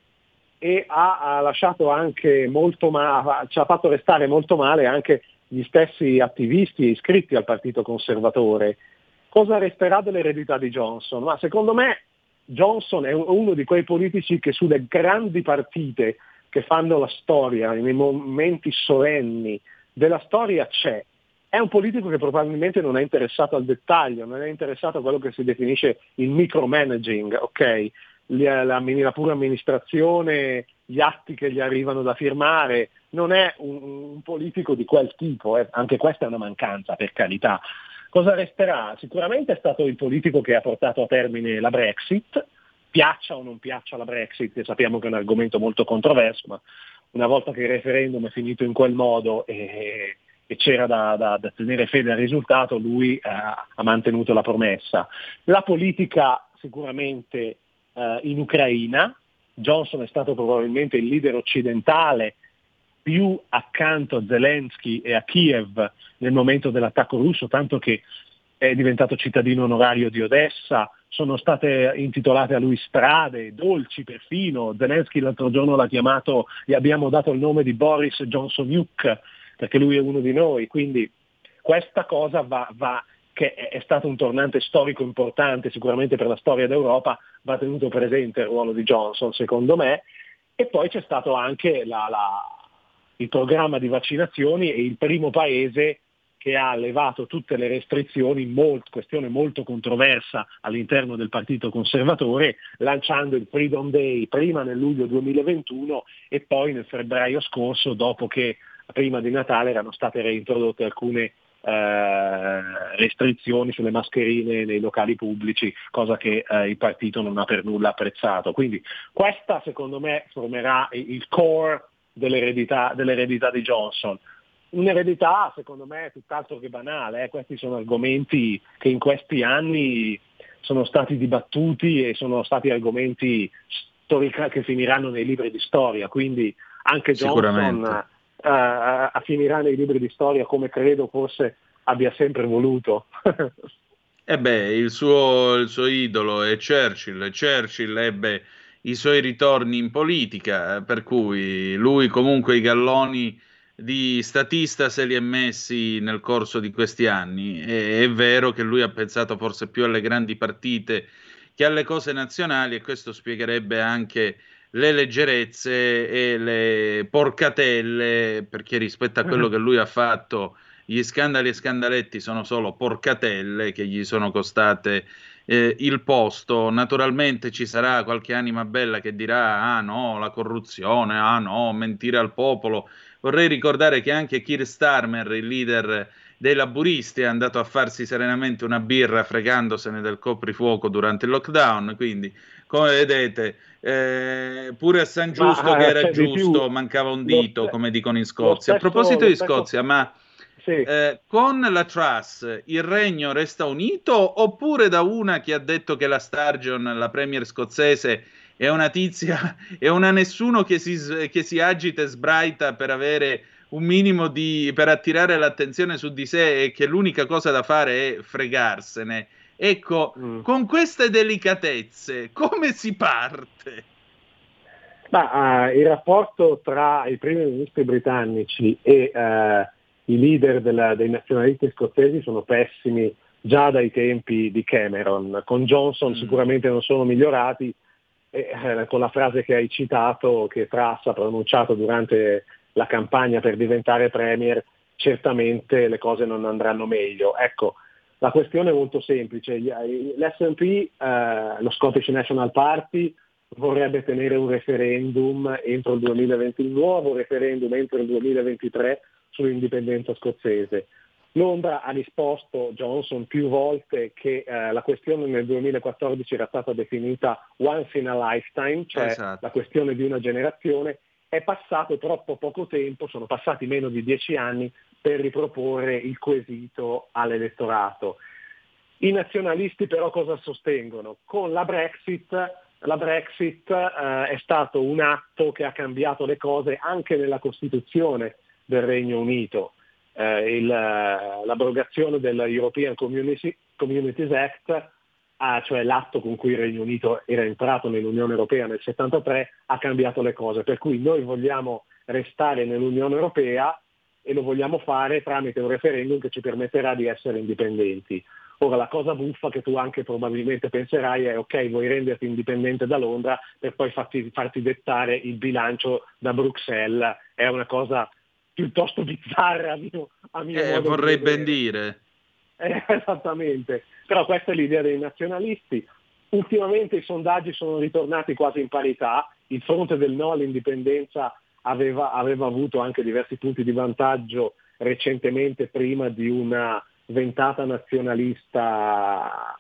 e ha, ha lasciato anche molto male, ci ha fatto restare molto male anche gli stessi attivisti iscritti al Partito Conservatore. Cosa resterà dell'eredità di Johnson? Ma secondo me Johnson è uno di quei politici che sulle grandi partite che fanno la storia, nei momenti solenni della storia c'è. È un politico che probabilmente non è interessato al dettaglio, non è interessato a quello che si definisce il micromanaging, ok? La, la, la pura amministrazione, gli atti che gli arrivano da firmare, non è un, un politico di quel tipo, eh. Anche questa è una mancanza, per carità. Cosa resterà? Sicuramente è stato il politico che ha portato a termine la Brexit, piaccia o non piaccia la Brexit, che sappiamo che è un argomento molto controverso, ma una volta che il referendum è finito in quel modo e e c'era da, da, da tenere fede al risultato, lui eh, ha mantenuto la promessa. La politica sicuramente eh, in Ucraina, Johnson è stato probabilmente il leader occidentale più accanto a Zelensky e a Kiev nel momento dell'attacco russo, tanto che è diventato cittadino onorario di Odessa, sono state intitolate a lui strade, dolci perfino. Zelensky l'altro giorno l'ha chiamato, gli abbiamo dato il nome di Boris Johnsoniuk, perché lui è uno di noi, quindi questa cosa va, va, che è stato un tornante storico importante sicuramente per la storia d'Europa, va tenuto presente il ruolo di Johnson secondo me, e poi c'è stato anche la, la, il programma di vaccinazioni e il primo paese che ha levato tutte le restrizioni, molt, questione molto controversa all'interno del Partito Conservatore, lanciando il Freedom Day prima nel luglio duemilaventuno e poi nel febbraio scorso, dopo che prima di Natale erano state reintrodotte alcune eh, restrizioni sulle mascherine nei locali pubblici, cosa che eh, il partito non ha per nulla apprezzato. Quindi questa secondo me formerà il core dell'eredità, dell'eredità di Johnson. Un'eredità secondo me tutt'altro che banale, eh. Questi sono argomenti che in questi anni sono stati dibattuti e sono stati argomenti storici che finiranno nei libri di storia, quindi anche Johnson Uh, finirà nei libri di storia come credo forse abbia sempre voluto. E beh, il suo, il suo idolo è Churchill, e Churchill ebbe i suoi ritorni in politica, eh, per cui lui comunque i galloni di statista se li è messi nel corso di questi anni. E, è vero che lui ha pensato forse più alle grandi partite che alle cose nazionali, e questo spiegherebbe anche le leggerezze e le porcatelle, perché rispetto a quello che lui ha fatto, gli scandali e scandaletti sono solo porcatelle che gli sono costate eh, il posto. Naturalmente ci sarà qualche anima bella che dirà: ah no, la corruzione, ah no, mentire al popolo. Vorrei ricordare che anche Keir Starmer, il leader dei laburisti, è andato a farsi serenamente una birra fregandosene del coprifuoco durante il lockdown, quindi come vedete eh, pure a San Giusto Ma, che eh, era c'è di giusto più. mancava un Lo dito, ste- come dicono in lo Scozia. A stesso- proposito lo di stesso- Scozia, ma Sì. eh, con la Truss il regno resta unito, oppure da una che ha detto che la Sturgeon, la premier scozzese, è una tizia, è una nessuno che si, s- che si agita e sbraita per avere un minimo di, per attirare l'attenzione su di sé, e che l'unica cosa da fare è fregarsene. Ecco, con queste delicatezze, come si parte? Ma eh, il rapporto tra i primi ministri britannici e eh, i leader della- dei nazionalisti scozzesi sono pessimi già dai tempi di Cameron. Con Johnson sicuramente non sono migliorati, e eh, con la frase che hai citato, che Truss ha pronunciato durante la campagna per diventare premier, certamente le cose non andranno meglio. Ecco, la questione è molto semplice. Gli- L'S and P, eh, lo Scottish National Party, vorrebbe tenere un referendum entro il duemilaventi, un nuovo referendum entro il duemilaventitré sull'indipendenza scozzese. Londra ha risposto, Johnson, più volte che eh, la questione nel duemilaquattordici era stata definita once in a lifetime, cioè Esatto. la questione di una generazione. È passato troppo poco tempo, sono passati meno di dieci anni per riproporre il quesito all'elettorato. I nazionalisti però cosa sostengono? Con la Brexit, la Brexit eh, è stato un atto che ha cambiato le cose anche nella Costituzione del Regno Unito. Eh, il, l'abrogazione della European Community, Communities Act, ah, cioè l'atto con cui il Regno Unito era entrato nell'Unione Europea nel settantatré, ha cambiato le cose, per cui noi vogliamo restare nell'Unione Europea e lo vogliamo fare tramite un referendum che ci permetterà di essere indipendenti. Ora, la cosa buffa che tu anche probabilmente penserai è: ok, vuoi renderti indipendente da Londra per poi farti, farti dettare il bilancio da Bruxelles. È una cosa piuttosto bizzarra a mio, a mio Eh, modo vorrei di vedere. ben dire. Eh, esattamente, però questa è l'idea dei nazionalisti. Ultimamente i sondaggi sono ritornati quasi in parità, il fronte del no all'indipendenza aveva, aveva avuto anche diversi punti di vantaggio recentemente, prima di una ventata nazionalista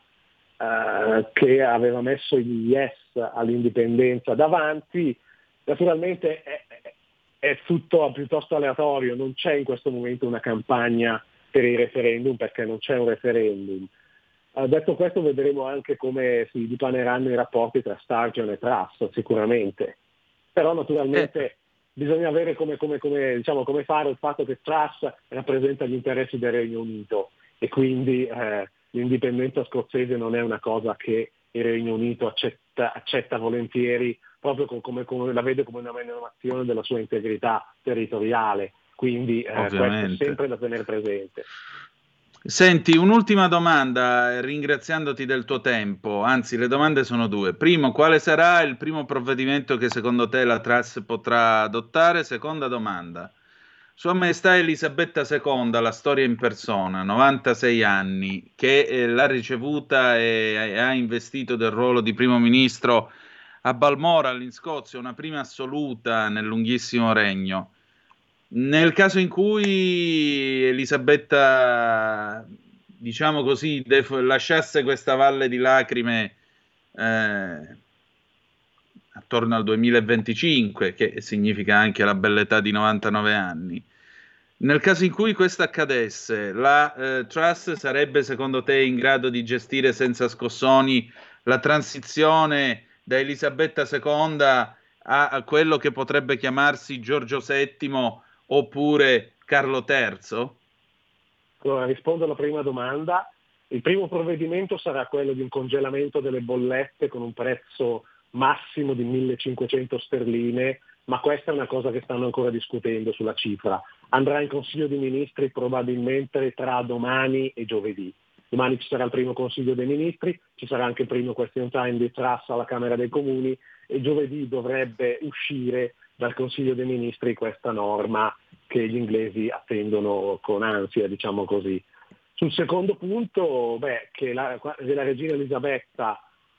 eh, che aveva messo il yes all'indipendenza davanti. Naturalmente è, è tutto piuttosto aleatorio, non c'è in questo momento una campagna per il referendum perché non c'è un referendum. Uh, detto questo, vedremo anche come si dipaneranno i rapporti tra Sturgeon e Truss, sicuramente. Però naturalmente Eh. bisogna avere come, come, come, diciamo, come fare il fatto che Truss rappresenta gli interessi del Regno Unito, e quindi eh, l'indipendenza scozzese non è una cosa che il Regno Unito accetta, accetta volentieri, proprio com- come, come la vede come una menomazione della sua integrità territoriale. Quindi eh, questo è Ovviamente. sempre da tenere presente. Senti, un'ultima domanda, ringraziandoti del tuo tempo, anzi le domande sono due. Primo, quale sarà il primo provvedimento che secondo te la Truss potrà adottare? Seconda domanda, Sua Maestà Elisabetta seconda, la storia in persona, novantasei anni, che eh, l'ha ricevuta e e ha investito del ruolo di primo ministro a Balmoral in Scozia, una prima assoluta nel lunghissimo regno. Nel caso in cui Elisabetta, diciamo così, def- lasciasse questa valle di lacrime eh, attorno al duemilaventicinque, che significa anche la bella età di novantanove anni, nel caso in cui questo accadesse, la eh, Truss sarebbe secondo te in grado di gestire senza scossoni la transizione da Elisabetta seconda a, a quello che potrebbe chiamarsi Giorgio settimo oppure Carlo terzo? Allora, rispondo alla prima domanda. Il primo provvedimento sarà quello di un congelamento delle bollette con un prezzo massimo di millecinquecento sterline, ma questa è una cosa che stanno ancora discutendo sulla cifra. Andrà in Consiglio dei Ministri probabilmente tra domani e giovedì. Domani ci sarà il primo Consiglio dei Ministri, ci sarà anche il primo question time di Truss alla Camera dei Comuni e giovedì dovrebbe uscire dal Consiglio dei Ministri questa norma che gli inglesi attendono con ansia, diciamo così. Sul secondo punto, beh, che la, che la regina Elisabetta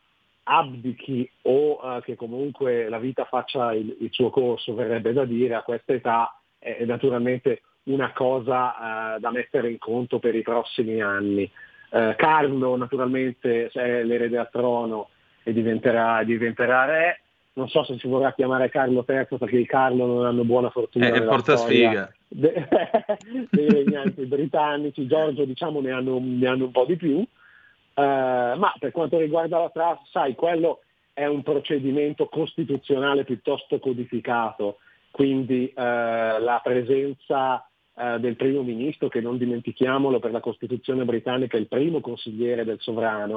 abdichi o uh, che comunque la vita faccia il, il suo corso, verrebbe da dire, a questa età è, è naturalmente una cosa uh, da mettere in conto per i prossimi anni. Uh, Carlo naturalmente è l'erede al trono e diventerà, diventerà re. Non so se si vorrà chiamare Carlo terzo perché i Carlo non hanno buona fortuna eh, nella porta storia sfiga. de- dei regnanti britannici. Giorgio diciamo ne hanno, ne hanno un po' di più. Uh, ma per quanto riguarda la Truss, sai, quello è un procedimento costituzionale piuttosto codificato, quindi uh, la presenza uh, del primo ministro, che non dimentichiamolo per la Costituzione britannica è il primo consigliere del sovrano,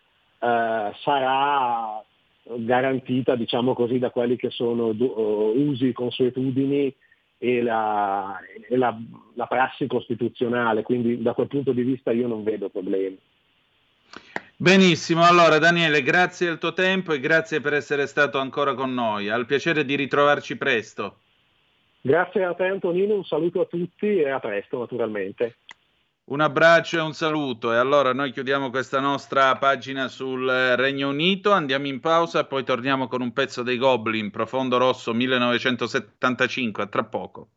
uh, sarà garantita, diciamo così, da quelli che sono uh, usi, consuetudini e, la, e la, la prassi costituzionale, quindi da quel punto di vista io non vedo problemi. Benissimo, allora Daniele, grazie del tuo tempo e grazie per essere stato ancora con noi. Al piacere di ritrovarci presto. Grazie a te Antonino, un saluto a tutti e a presto naturalmente. Un abbraccio e un saluto. E allora noi chiudiamo questa nostra pagina sul Regno Unito, andiamo in pausa e poi torniamo con un pezzo dei Goblin, Profondo Rosso millenovecentosettantacinque, a tra poco.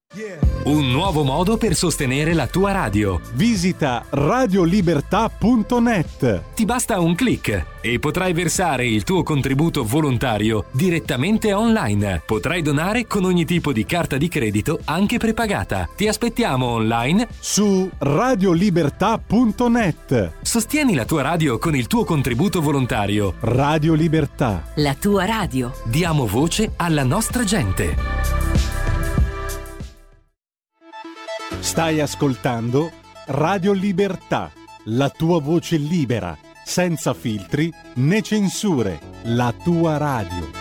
Un nuovo modo per sostenere la tua radio. Visita radiolibertà punto net. Ti basta un click e potrai versare il tuo contributo volontario direttamente online. Potrai donare con ogni tipo di carta di credito, anche prepagata. Ti aspettiamo online su radiolibertà punto net. Sostieni la tua radio con il tuo contributo volontario. Radio Libertà. La tua radio. Diamo voce alla nostra gente. Stai ascoltando Radio Libertà, la tua voce libera, senza filtri né censure, la tua radio.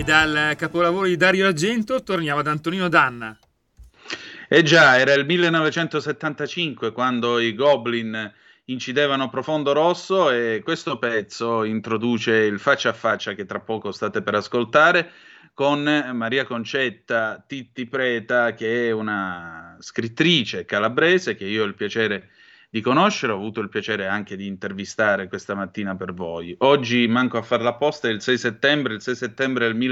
E dal capolavoro di Dario Argento torniamo ad Antonino Danna. Eh già, era il millenovecentosettantacinque quando i Goblin incidevano Profondo Rosso e questo pezzo introduce il faccia a faccia che tra poco state per ascoltare con Maria Concetta Titti Preta, che è una scrittrice calabrese che io ho il piacere di conoscere, ho avuto il piacere anche di intervistare questa mattina per voi. Oggi manco a farla apposta, è il sei settembre, il sei settembre del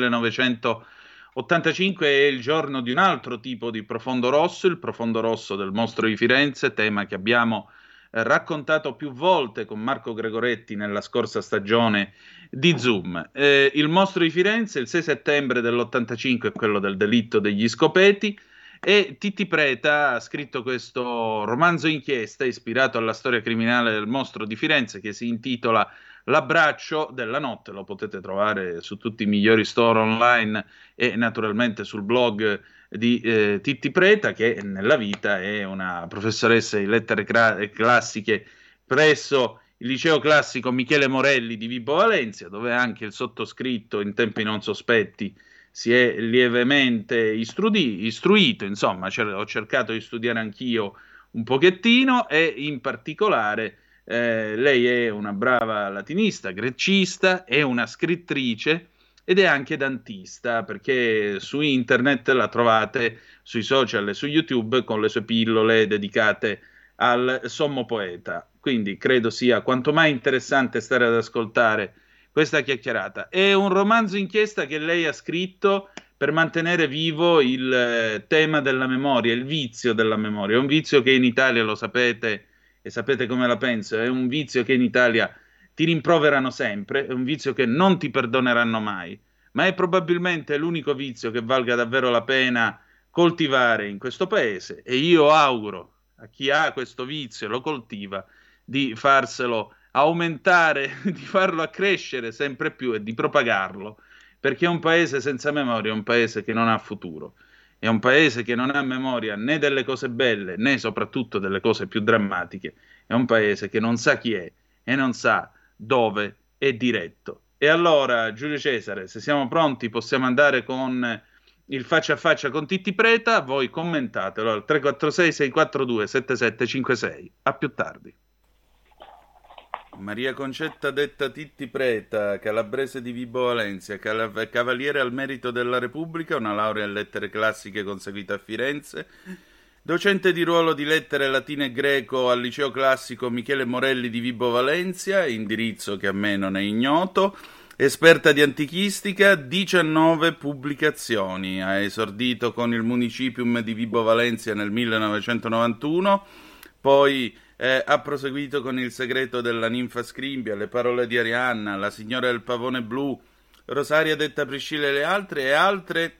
millenovecentottantacinque è il giorno di un altro tipo di Profondo Rosso, il Profondo Rosso del Mostro di Firenze, tema che abbiamo eh, raccontato più volte con Marco Gregoretti nella scorsa stagione di Zoom. Eh, il Mostro di Firenze, il sei settembre dell'ottantacinque, è quello del delitto degli scopeti, e Titti Preta ha scritto questo romanzo inchiesta ispirato alla storia criminale del Mostro di Firenze che si intitola L'abbraccio della notte. Lo potete trovare su tutti i migliori store online e naturalmente sul blog di eh, Titti Preta, che nella vita è una professoressa di lettere cra- classiche presso il liceo classico Michele Morelli di Vibo Valentia, dove anche il sottoscritto in tempi non sospetti si è lievemente istrudi- istruito, insomma, cer- ho cercato di studiare anch'io un pochettino e in particolare eh, lei è una brava latinista, grecista, è una scrittrice ed è anche dantista, perché su internet la trovate sui social e su YouTube con le sue pillole dedicate al sommo poeta. Quindi credo sia quanto mai interessante stare ad ascoltare questa chiacchierata. È un romanzo inchiesta che lei ha scritto per mantenere vivo il eh, tema della memoria, il vizio della memoria. È un vizio che in Italia, lo sapete e sapete come la penso, è un vizio che in Italia ti rimproverano sempre, è un vizio che non ti perdoneranno mai, ma è probabilmente l'unico vizio che valga davvero la pena coltivare in questo paese, e io auguro a chi ha questo vizio e lo coltiva di farselo aumentare, di farlo accrescere sempre più e di propagarlo, perché un paese senza memoria è un paese che non ha futuro, è un paese che non ha memoria né delle cose belle né soprattutto delle cose più drammatiche, è un paese che non sa chi è e non sa dove è diretto. E allora, Giulio Cesare, se siamo pronti possiamo andare con il faccia a faccia con Titti Preta, voi commentatelo al tre quattro sei sei quattro due sette sette cinque sei. A più tardi. Maria Concetta detta Titti Preta, calabrese di Vibo Valentia, cala- cavaliere al merito della Repubblica, una laurea in lettere classiche conseguita a Firenze, docente di ruolo di lettere latine e greco al liceo classico Michele Morelli di Vibo Valentia, indirizzo che a me non è ignoto, esperta di antichistica, diciannove pubblicazioni, ha esordito con il Municipium di Vibo Valentia nel millenovecentonovantuno, poi Eh, ha proseguito con Il segreto della ninfa Scrimbia, Le parole di Arianna, La signora del pavone blu, Rosaria detta Priscilla e le altre, e altre,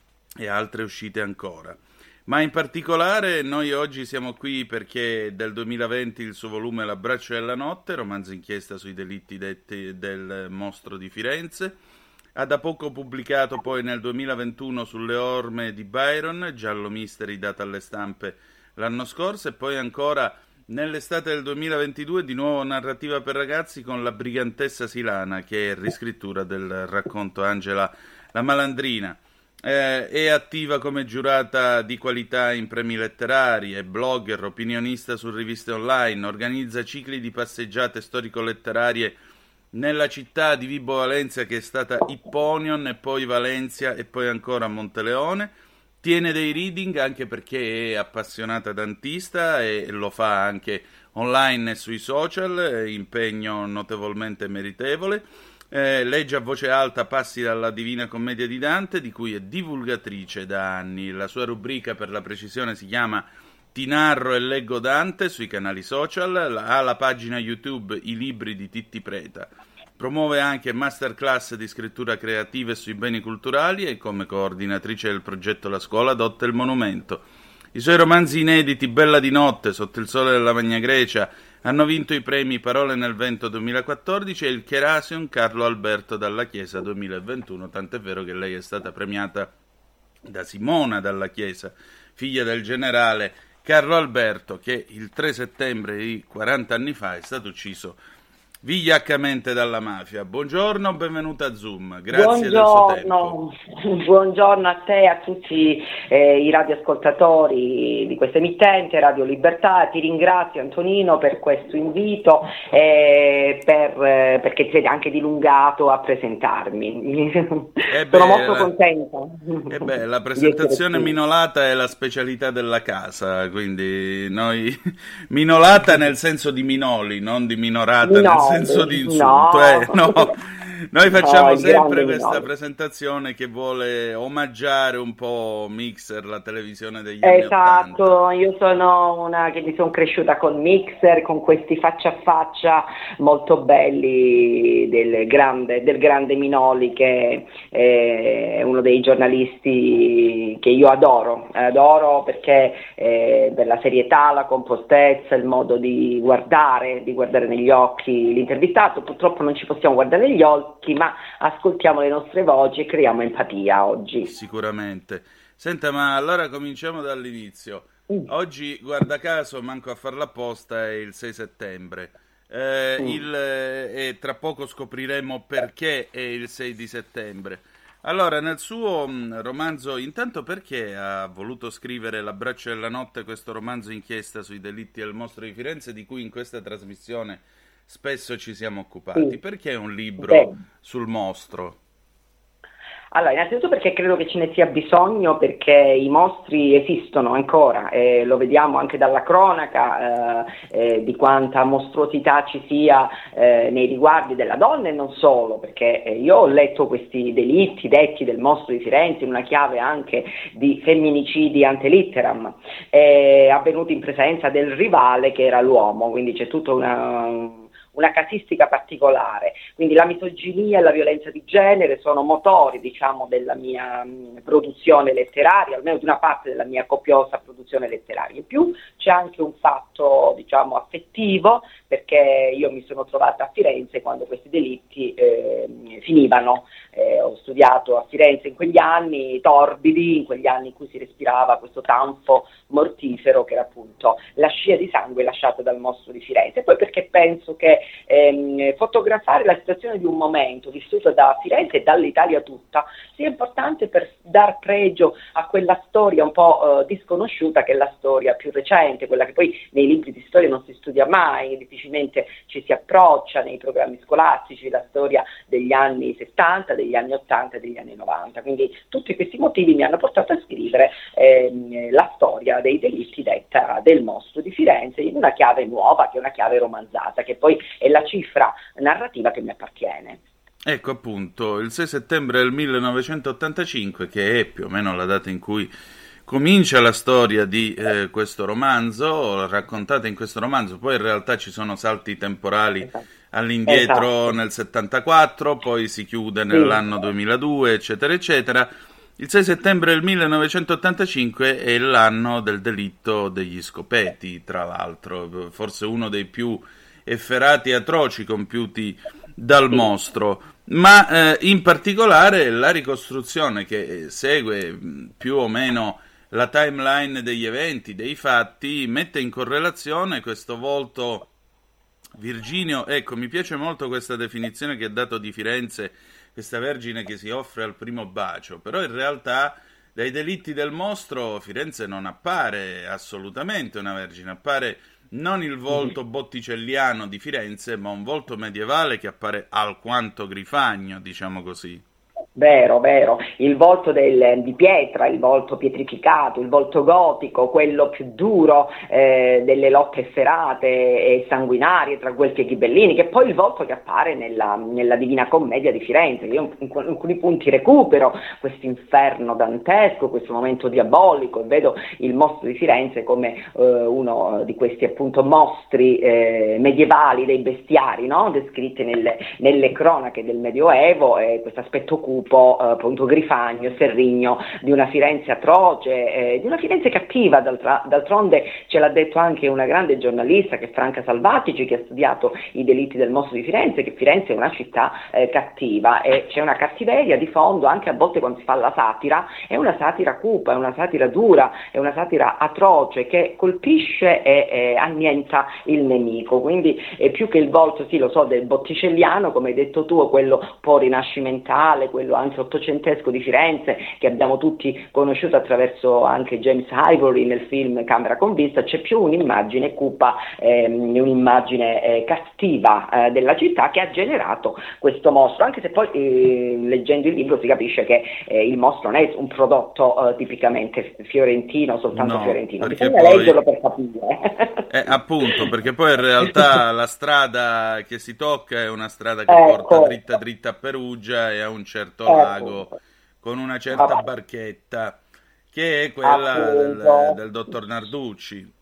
e altre uscite ancora. Ma in particolare noi oggi siamo qui perché del duemilaventi il suo volume L'abbraccio della notte, romanzo inchiesta sui delitti detti del Mostro di Firenze, ha da poco pubblicato poi nel duemilaventuno Sulle orme di Byron, giallo mystery data alle stampe l'anno scorso, e poi ancora nell'estate del duemilaventidue di nuovo narrativa per ragazzi con La brigantessa Silana, che è riscrittura del racconto Angela la malandrina. Eh, è attiva come giurata di qualità in premi letterari, è blogger, opinionista su riviste online, organizza cicli di passeggiate storico-letterarie nella città di Vibo Valentia, che è stata Ipponion e poi Valencia e poi ancora Monteleone. Tiene dei reading anche perché è appassionata dantista e lo fa anche online e sui social, impegno notevolmente meritevole. Eh, legge a voce alta passi dalla Divina Commedia di Dante, di cui è divulgatrice da anni. La sua rubrica, per la precisione, si chiama Ti narro e leggo Dante sui canali social, ha la pagina YouTube I libri di Titti Preta. Promuove anche masterclass di scrittura creativa e sui beni culturali e come coordinatrice del progetto La Scuola adotta il monumento. I suoi romanzi inediti Bella di notte, Sotto il sole della Magna Grecia hanno vinto i premi Parole nel vento duemilaquattordici e il Cherasion Carlo Alberto Dalla Chiesa duemilaventuno, tant'è vero che lei è stata premiata da Simona Dalla Chiesa, figlia del generale Carlo Alberto, che il tre settembre di quaranta anni fa è stato ucciso vigliaccamente dalla mafia. Buongiorno, benvenuta a Zoom, grazie del suo tempo. Buongiorno a te e a tutti eh, i radioascoltatori di questa emittente Radio Libertà. Ti ringrazio Antonino per questo invito e per, eh, perché ti sei anche dilungato a presentarmi. Eh Sono beh, molto la- contenta. Eh beh, la di presentazione essere qui. minolata è la specialità della casa, quindi noi minolata nel senso di minoli, non di minorata nel Minoli, senso di insulto. no. eh, no. Noi facciamo No, il sempre grande questa minoli. presentazione che vuole omaggiare un po' Mixer, la televisione degli anni Esatto, io sono una che mi sono cresciuta con Mixer, con questi faccia a faccia molto belli del grande, del grande Minoli, che è uno dei giornalisti che io adoro, adoro perché eh, per la serietà, la compostezza, il modo di guardare, di guardare negli occhi l'intervistato. Purtroppo non ci possiamo guardare negli occhi, ma ascoltiamo le nostre voci e creiamo empatia oggi. Sicuramente. Senta, ma allora cominciamo dall'inizio. Oggi, guarda caso, manco a farla apposta, è il sei settembre. Eh, Mm. il, eh, e tra poco scopriremo perché è il sei di settembre. Allora, nel suo mh, romanzo, intanto perché ha voluto scrivere L'abbraccio della notte, questo romanzo inchiesta sui delitti del mostro di Firenze, di cui in questa trasmissione spesso ci siamo occupati? Sì. Perché è un libro Beh. sul mostro? Allora, innanzitutto perché credo che ce ne sia bisogno, perché i mostri esistono ancora, e lo vediamo anche dalla cronaca eh, eh, di quanta mostruosità ci sia eh, nei riguardi della donna e non solo, perché eh, io ho letto questi delitti detti del mostro di Firenze in una chiave anche di femminicidi ante litteram, eh, avvenuti in presenza del rivale che era l'uomo, quindi c'è tutta una... una casistica particolare, quindi la misoginia e la violenza di genere sono motori, diciamo, della mia mh, produzione letteraria, almeno di una parte della mia copiosa produzione letteraria. In più c'è anche un fatto, diciamo, affettivo, perché io mi sono trovata a Firenze quando questi delitti eh, finivano. Eh, ho studiato a Firenze in quegli anni torbidi, in quegli anni in cui si respirava questo tanfo mortifero che era appunto la scia di sangue lasciata dal mostro di Firenze. E poi perché penso che ehm, fotografare la situazione di un momento vissuto da Firenze e dall'Italia tutta sia importante per dar pregio a quella storia un po' eh, disconosciuta, che è la storia più recente, quella che poi nei libri di storia non si studia mai, difficilmente ci si approccia nei programmi scolastici, la storia degli anni settanta, degli anni ottanta e degli anni novanta. Quindi tutti questi motivi mi hanno portato a scrivere ehm, la storia dei delitti detta del mostro di Firenze in una chiave nuova, che è una chiave romanzata, che poi è la cifra narrativa che mi appartiene. Ecco appunto, il sei settembre del millenovecentottantacinque, che è più o meno la data in cui comincia la storia di eh, questo romanzo, raccontata in questo romanzo, poi in realtà ci sono salti temporali all'indietro Esatto. nel settantaquattro, poi si chiude nell'anno duemiladue, eccetera, eccetera. Il sei settembre del millenovecentottantacinque è l'anno del delitto degli scopeti, tra l'altro, forse uno dei più efferati e atroci compiuti dal mostro, ma eh, in particolare la ricostruzione che segue più o meno la timeline degli eventi, dei fatti, mette in correlazione questo volto virgineo. Ecco, mi piace molto questa definizione che ha dato di Firenze, questa vergine che si offre al primo bacio, però in realtà dai delitti del mostro Firenze non appare assolutamente una vergine, appare non il volto botticelliano di Firenze, ma un volto medievale che appare alquanto grifagno, diciamo così. Vero, vero, il volto del, di pietra, il volto pietrificato, il volto gotico, quello più duro eh, delle lotte efferate e sanguinarie tra Guelfi e Ghibellini, che è poi il volto che appare nella, nella Divina Commedia di Firenze. Io in, in alcuni punti recupero questo inferno dantesco, questo momento diabolico, e vedo il mostro di Firenze come eh, uno di questi appunto mostri eh, medievali, dei bestiari, no? Descritti nelle, nelle cronache del Medioevo, e questo aspetto cupo cupo, eh, appunto grifagno e serrigno di una Firenze atroce, eh, di una Firenze cattiva. D'altra, d'altronde ce l'ha detto anche una grande giornalista, che è Franca Salvatici, che ha studiato i delitti del mostro di Firenze, che Firenze è una città eh, cattiva, e c'è una cattiveria di fondo anche a volte quando si fa la satira. È una satira cupa, è una satira dura, è una satira atroce che colpisce e eh, annienta il nemico. Quindi è più che il volto, sì lo so, del botticelliano, come hai detto tu, quello un po' rinascimentale, quello anche ottocentesco di Firenze, che abbiamo tutti conosciuto attraverso anche James Ivory nel film Camera con vista. C'è più un'immagine cupa, ehm, un'immagine eh, cattiva eh, della città, che ha generato questo mostro, anche se poi eh, leggendo il libro si capisce che eh, il mostro non è un prodotto eh, tipicamente fiorentino, soltanto No, fiorentino, perché bisogna poi- leggerlo per capire. Eh, appunto, perché poi in realtà la strada che si tocca è una strada che Ecco. porta dritta dritta a Perugia e a un certo Ecco. lago con una certa Ah. barchetta, che è quella del, Appunto. del dottor Narducci.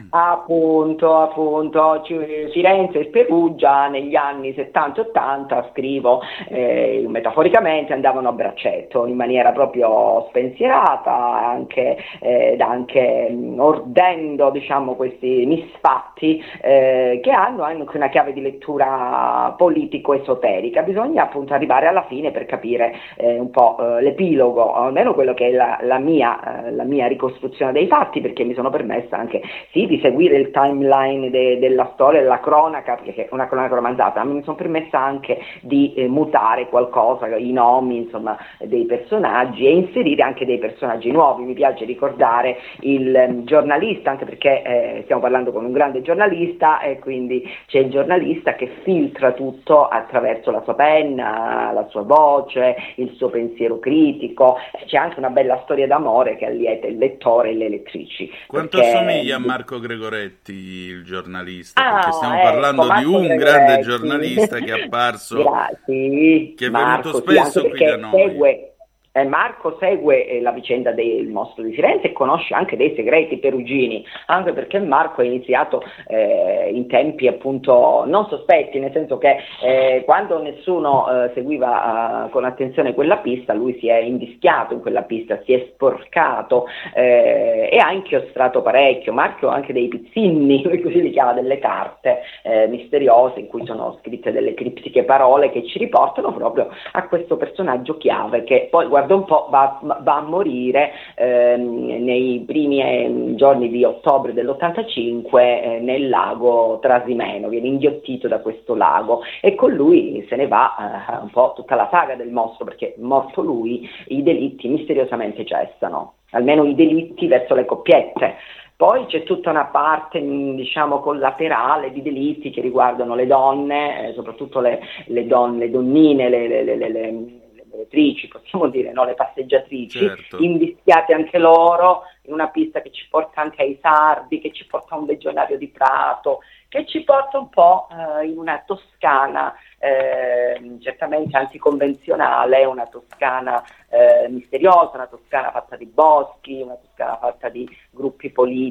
Appunto, appunto, Ci- Firenze e Perugia negli anni settanta ottanta, scrivo eh, metaforicamente, andavano a braccetto in maniera proprio spensierata, anche, eh, anche mh, ordendo, diciamo, questi misfatti eh, che hanno anche una chiave di lettura politico-esoterica. Bisogna appunto arrivare alla fine per capire eh, un po' eh, l'epilogo, almeno quello che è la, la mia, eh, la mia ricostruzione dei fatti, perché mi sono permessa anche sì di seguire il timeline de- della storia, della cronaca, perché è una cronaca romanzata, ma mi sono permessa anche di eh, mutare qualcosa, i nomi, insomma, dei personaggi, e inserire anche dei personaggi nuovi. Mi piace ricordare il ehm, giornalista, anche perché eh, stiamo parlando con un grande giornalista, e quindi c'è il giornalista che filtra tutto attraverso la sua penna, la sua voce, il suo pensiero critico. C'è anche una bella storia d'amore che allieta il lettore e le lettrici. Quanto perché- assomiglia a Marco Gregoretti, il giornalista? Ah, Perché stiamo ecco, parlando di Marco un Gregoretti. grande giornalista che è apparso, Grazie. che è Marco, venuto sì, spesso anche qui da perché noi. segue, eh, Marco segue eh, la vicenda del mostro di Firenze e conosce anche dei segreti perugini, anche perché Marco ha iniziato eh, in tempi appunto non sospetti, nel senso che eh, quando nessuno eh, seguiva eh, con attenzione quella pista, lui si è invischiato in quella pista, si è sporcato eh, e ha inchiostrato parecchio. Marco ha anche dei pizzinni, così li chiama, delle carte eh, misteriose in cui sono scritte delle criptiche parole che ci riportano proprio a questo personaggio chiave, che poi guarda un po' va, va a morire ehm, nei primi eh, giorni di ottobre dell'ottantacinque eh, nel lago Trasimeno, viene inghiottito da questo lago, e con lui se ne va eh, un po' tutta la saga del mostro, perché morto lui i delitti misteriosamente cessano, almeno i delitti verso le coppiette. Poi c'è tutta una parte, mh, diciamo, collaterale di delitti che riguardano le donne, eh, soprattutto le, le donne, le donnine, le, le, le, le, le lettrici, possiamo dire, no? Le passeggiatrici, Certo. invischiate anche loro in una pista che ci porta anche ai sardi, che ci porta a un legionario di Prato, che ci porta un po' eh, in una Toscana eh, certamente anticonvenzionale, una Toscana eh, misteriosa, una Toscana fatta di boschi, una Toscana fatta di gruppi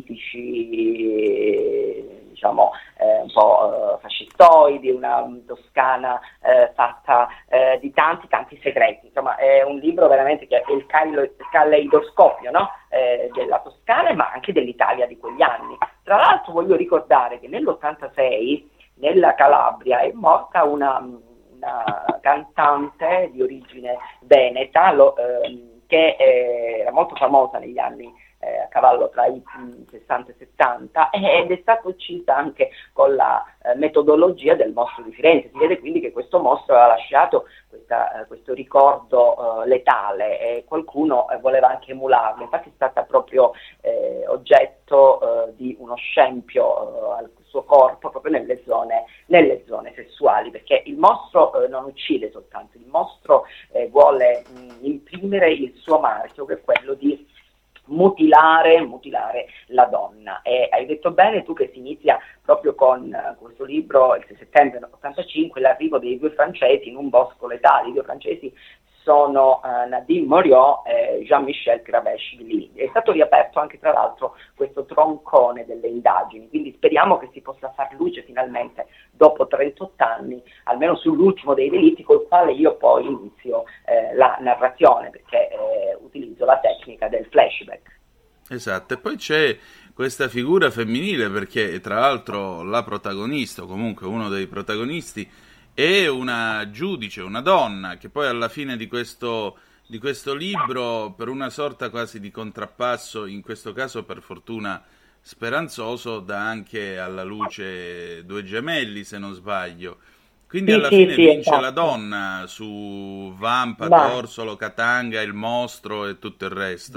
politici, diciamo, eh, un po' eh, fascistoidi, una Toscana eh, fatta eh, di tanti tanti segreti. Insomma, è un libro veramente che è il cailo- il caleidoscopio, no? eh, della Toscana, ma anche dell'Italia di quegli anni. Tra l'altro voglio ricordare che nell'ottantasei nella Calabria è morta una, una cantante di origine veneta, lo, ehm, che eh, era molto famosa negli anni eh, a cavallo tra i mh, sessanta e settanta, ed è stata uccisa anche con la eh, metodologia del mostro di Firenze. Si vede quindi che questo mostro ha lasciato questa, eh, questo ricordo eh, letale, e qualcuno eh, voleva anche emularlo. Infatti è stata proprio eh, oggetto eh, di uno scempio eh, al suo corpo, proprio nelle zone, nelle zone sessuali, perché il mostro eh, non uccide soltanto, il mostro eh, vuole mh, imprimere il suo marchio, che è quello di mutilare, mutilare la donna. E hai detto bene tu che si inizia proprio con uh, questo libro, il sei settembre ottantacinque, l'arrivo dei due francesi in un bosco letale. I due francesi sono uh, Nadine Moriot e Jean-Michel Cravèche-Gli. È stato riaperto anche tra l'altro questo troncone delle indagini, quindi speriamo che si possa far luce finalmente dopo trentotto anni, almeno sull'ultimo dei delitti, col quale io poi inizio eh, la narrazione, perché eh, utilizzo la tecnica del flashback. Esatto, e poi c'è questa figura femminile, perché tra l'altro la protagonista, o comunque uno dei protagonisti, è una giudice, una donna, che poi alla fine di questo, di questo libro, per una sorta quasi di contrappasso, in questo caso per fortuna speranzoso, dà anche alla luce due gemelli, se non sbaglio. Quindi Sì, alla sì, fine sì, vince esatto. la donna su Vampa, Ma- Torsolo, Katanga, il mostro e tutto il resto.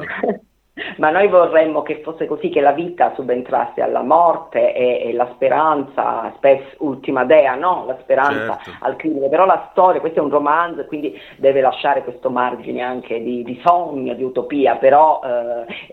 Ma noi vorremmo che fosse così, che la vita subentrasse alla morte e, e la speranza, spes ultima dea, no? La speranza Certo. al crimine. Però la storia, questo è un romanzo, quindi deve lasciare questo margine anche di, di sogno, di utopia, però eh,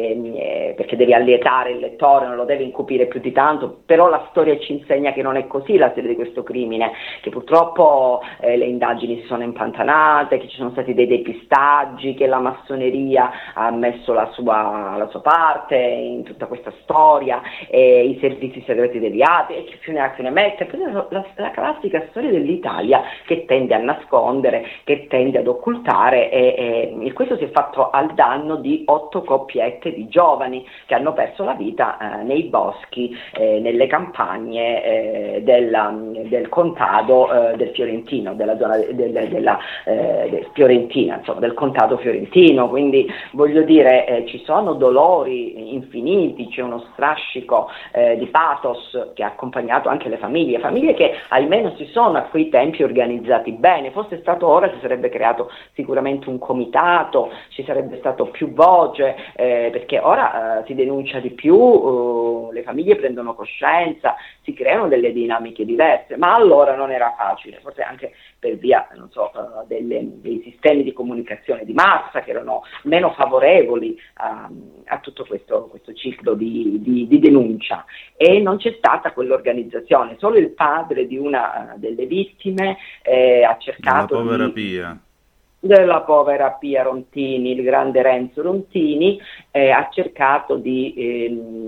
eh, perché deve allietare il lettore, non lo deve incupire più di tanto, però la storia ci insegna che non è così la storia di questo crimine, che purtroppo eh, le indagini si sono impantanate, che ci sono stati dei depistaggi, che la massoneria ha messo la sua, la sua parte in tutta questa storia, e i servizi segreti deviati, e chi più ne ha più ne mette. Questa è la, la classica storia dell'Italia, che tende a nascondere, che tende ad occultare, e, e questo si è fatto al danno di otto coppiette di giovani che hanno perso la vita eh, nei boschi, eh, nelle campagne eh, della, del contado eh, del Fiorentino, della zona de, de, della eh, de Fiorentina, insomma del contado fiorentino. Quindi voglio dire, eh, ci sono dolori infiniti, c'è uno strascico eh, di pathos che ha accompagnato anche le famiglie, famiglie che almeno si sono a quei tempi organizzati bene. Fosse stato ora si sarebbe creato sicuramente un comitato, ci sarebbe stato più voce, eh, perché ora eh, si denuncia di più, uh, le famiglie prendono coscienza, si creano delle dinamiche diverse, ma allora non era facile, forse anche per via, non so, uh, delle, dei sistemi di comunicazione di massa che erano meno favorevoli a, a tutto questo, questo ciclo di, di, di denuncia, e non c'è stata quell'organizzazione. Solo il padre di una uh, delle vittime eh, ha cercato La povera di... Pia. della povera Pia Rontini, il grande Renzo Rontini, eh, ha cercato di eh,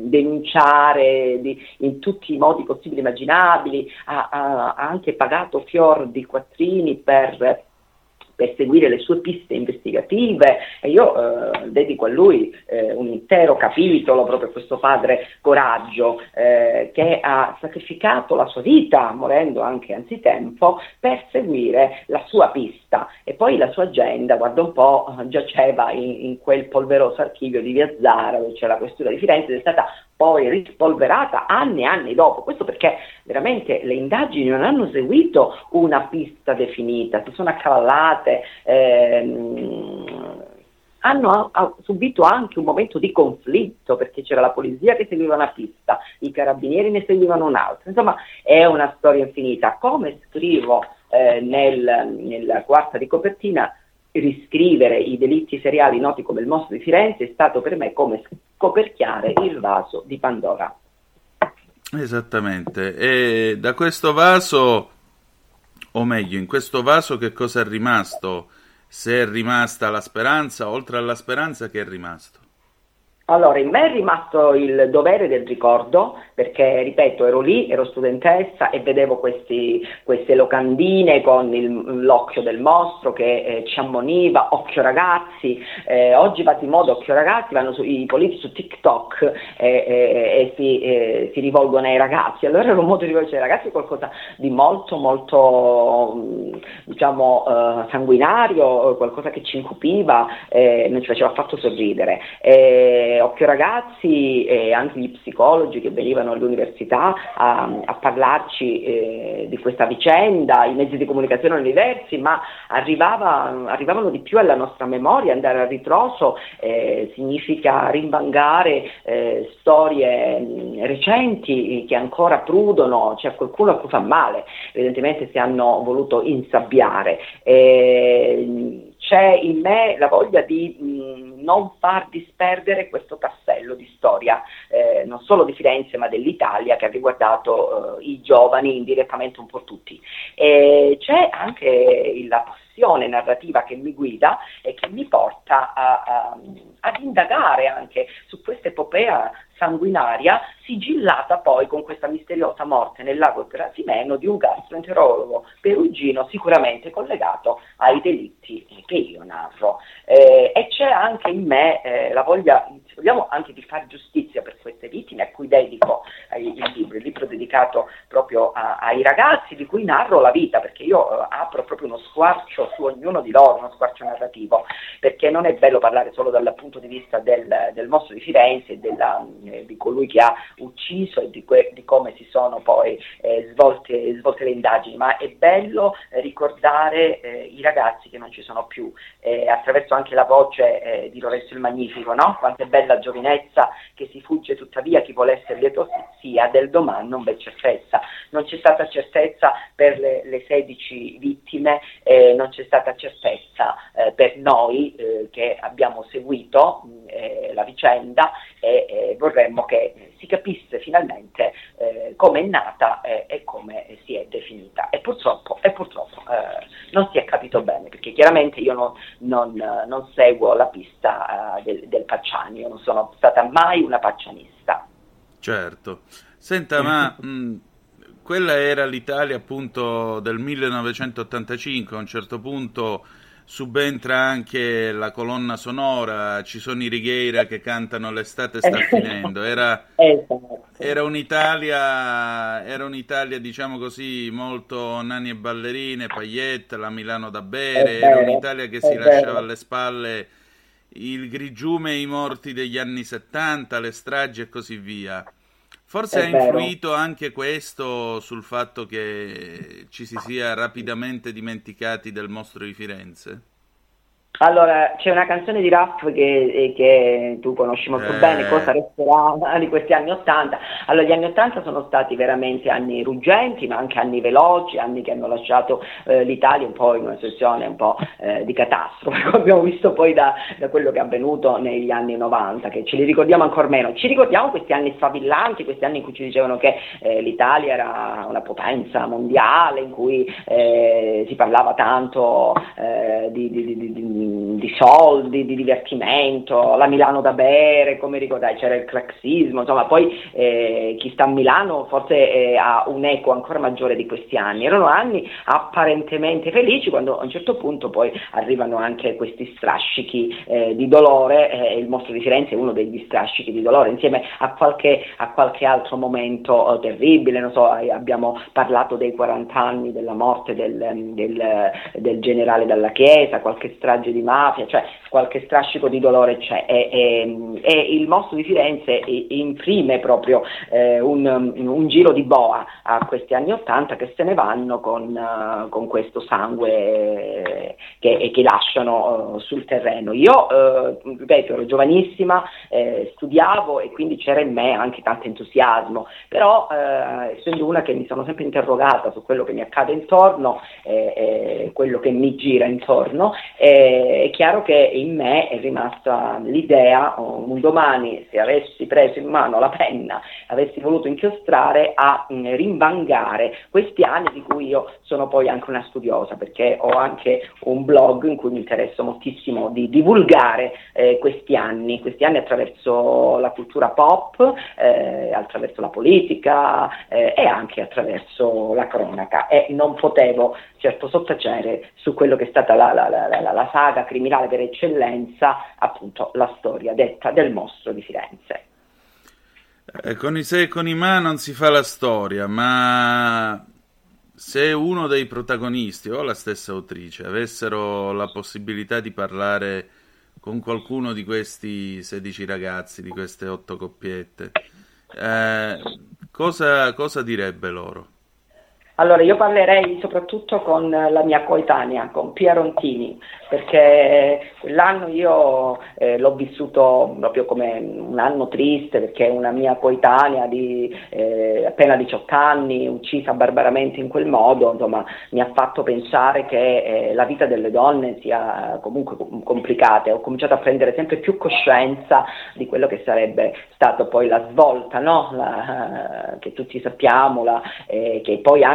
denunciare di, in tutti i modi possibili e immaginabili, ha, ha, ha anche pagato fior di quattrini per per seguire le sue piste investigative, e io eh, dedico a lui eh, un intero capitolo, proprio a questo padre coraggio eh, che ha sacrificato la sua vita, morendo anche anzitempo, per seguire la sua pista, e poi la sua agenda, guarda un po', giaceva in, in quel polveroso archivio di Via Zara, dove c'è la questura di Firenze, ed è stata poi rispolverata anni e anni dopo. Questo perché veramente le indagini non hanno seguito una pista definita, si sono accavallate, ehm, hanno ha, subito anche un momento di conflitto, perché c'era la polizia che seguiva una pista, i carabinieri ne seguivano un'altra. Insomma, è una storia infinita. Come scrivo eh, nel, nella quarta di copertina, riscrivere i delitti seriali noti come il mostro di Firenze è stato per me come scoperchiare il vaso di Pandora. Esattamente. E da questo vaso, o meglio, in questo vaso che cosa è rimasto? Se è rimasta la speranza, oltre alla speranza, che è rimasto? Allora, in me è rimasto il dovere del ricordo, perché, ripeto, ero lì, ero studentessa e vedevo questi, queste locandine con il, l'occhio del mostro che eh, ci ammoniva, occhio ragazzi, eh, oggi va di moda occhio ragazzi, vanno su, i politici su TikTok eh, eh, e si, eh, si rivolgono ai ragazzi. Allora era un modo di rivolgersi ai ragazzi, qualcosa di molto, molto, diciamo, eh, sanguinario, qualcosa che ci incupiva, eh, non ci faceva affatto sorridere. Eh, Occhio ragazzi e anche gli psicologi che venivano all'università a, a parlarci eh, di questa vicenda, i mezzi di comunicazione erano diversi, ma arrivava, arrivavano di più alla nostra memoria. Andare a ritroso eh, significa rinvangare eh, storie mh, recenti che ancora prudono, c'è qualcuno a cui fa male, evidentemente si hanno voluto insabbiare. Eh, c'è in me la voglia di mh, non far disperdere questo tassello di storia, eh, non solo di Firenze ma dell'Italia, che ha riguardato eh, i giovani indirettamente un po' tutti. E c'è anche la passione pulsione narrativa che mi guida e che mi porta a, a, ad indagare anche su questa epopea sanguinaria, sigillata poi con questa misteriosa morte nel lago Trasimeno di un gastroenterologo perugino sicuramente collegato ai delitti che io narro. Eh, e c'è anche in me eh, la voglia, se vogliamo, anche di fare giustizia per queste vittime, a cui dedico eh, il libro, il libro dedicato proprio a, ai ragazzi di cui narro la vita, perché io eh, apro proprio uno squarcio su ognuno di loro, uno squarcio narrativo, perché non è bello parlare solo dal punto di vista del, del mostro di Firenze e della, eh, di colui che ha ucciso e di, que- di come si sono poi eh, svolte, svolte le indagini, ma è bello eh, ricordare eh, i ragazzi che non ci sono più, eh, attraverso anche la voce eh, di Lorenzo il Magnifico, no? Quanto è bella giovinezza che si fugge, tuttavia chi vuole essere lieto sia, del domani non v'è certezza. Non c'è stata certezza per le, le sedici vittime, eh, non c'è stata certezza eh, per noi eh, che abbiamo seguito eh, la vicenda e eh, vorremmo che si capisse finalmente eh, come è nata eh, e come si è definita. E purtroppo, e purtroppo eh, non si è capito bene, perché chiaramente io non, non, non seguo la pista eh, del, del Pacciani, io non sono stata mai una paccianista. Certo. Senta, ma mh, quella era l'Italia appunto del millenovecentottantacinque, a un certo punto subentra anche la colonna sonora, ci sono i Righeira che cantano L'estate sta finendo, era, era un'Italia, era un'Italia diciamo così molto nani e ballerine, paillette, la Milano da bere, era un'Italia che si lasciava alle spalle il grigiume e i morti degli anni settanta, le stragi e così via. Forse ha influito anche questo sul fatto che ci si sia rapidamente dimenticati del mostro di Firenze? Allora, c'è una canzone di Raff che, che tu conosci molto eh. bene, Cosa resterà di questi anni Ottanta. Allora, gli anni Ottanta sono stati veramente anni ruggenti, ma anche anni veloci, anni che hanno lasciato eh, l'Italia un po' in una situazione un po' eh, di catastrofe, come abbiamo visto poi da, da quello che è avvenuto negli anni novanta, che ce li ricordiamo ancora meno. Ci ricordiamo questi anni sfavillanti, questi anni in cui ci dicevano che eh, l'Italia era una potenza mondiale, in cui eh, si parlava tanto eh, di, di, di, di di soldi, di divertimento, la Milano da bere, come ricordai, c'era il claxismo, insomma, poi eh, chi sta a Milano forse eh, ha un eco ancora maggiore di questi anni. Erano anni apparentemente felici, quando a un certo punto poi arrivano anche questi strascichi eh, di dolore, e eh, il mostro di Firenze è uno degli strascichi di dolore, insieme a qualche, a qualche altro momento eh, terribile, non so, eh, abbiamo parlato dei quaranta anni della morte del, del, del generale Dalla Chiesa, qualche strage di mafia, cioè qualche strascico di dolore c'è, e, e, e il mostro di Firenze imprime proprio eh, un, un giro di boa a questi anni Ottanta che se ne vanno con, uh, con questo sangue eh, che, che lasciano uh, sul terreno. Io, uh, ripeto, ero giovanissima, eh, studiavo e quindi c'era in me anche tanto entusiasmo, però uh, essendo una che mi sono sempre interrogata su quello che mi accade intorno e eh, eh, quello che mi gira intorno, eh, è chiaro che in me è rimasta l'idea, oh, un domani, se avessi preso in mano la penna, avessi voluto inchiostrare, a mh, rinvangare questi anni di cui io sono poi anche una studiosa, perché ho anche un blog in cui mi interesso moltissimo di divulgare eh, questi anni, questi anni attraverso la cultura pop, eh, attraverso la politica eh, e anche attraverso la cronaca, e non potevo certo sottacere su quello che è stata la, la, la, la, la saga criminale per eccellenza, appunto la storia detta del mostro di Firenze. Eh, con i se e con i ma non si fa la storia, ma se uno dei protagonisti o la stessa autrice avessero la possibilità di parlare con qualcuno di questi sedici ragazzi, di queste otto coppiette, eh, cosa, cosa direbbe loro? Allora, io parlerei soprattutto con la mia coetanea, con Pia Rontini, perché quell'anno io eh, l'ho vissuto proprio come un anno triste, perché una mia coetanea di eh, appena diciotto anni, uccisa barbaramente in quel modo, insomma, mi ha fatto pensare che eh, la vita delle donne sia comunque complicata. Ho cominciato a prendere sempre più coscienza di quello che sarebbe stato poi la svolta, no? La, che tutti sappiamo, la, eh, che poi anche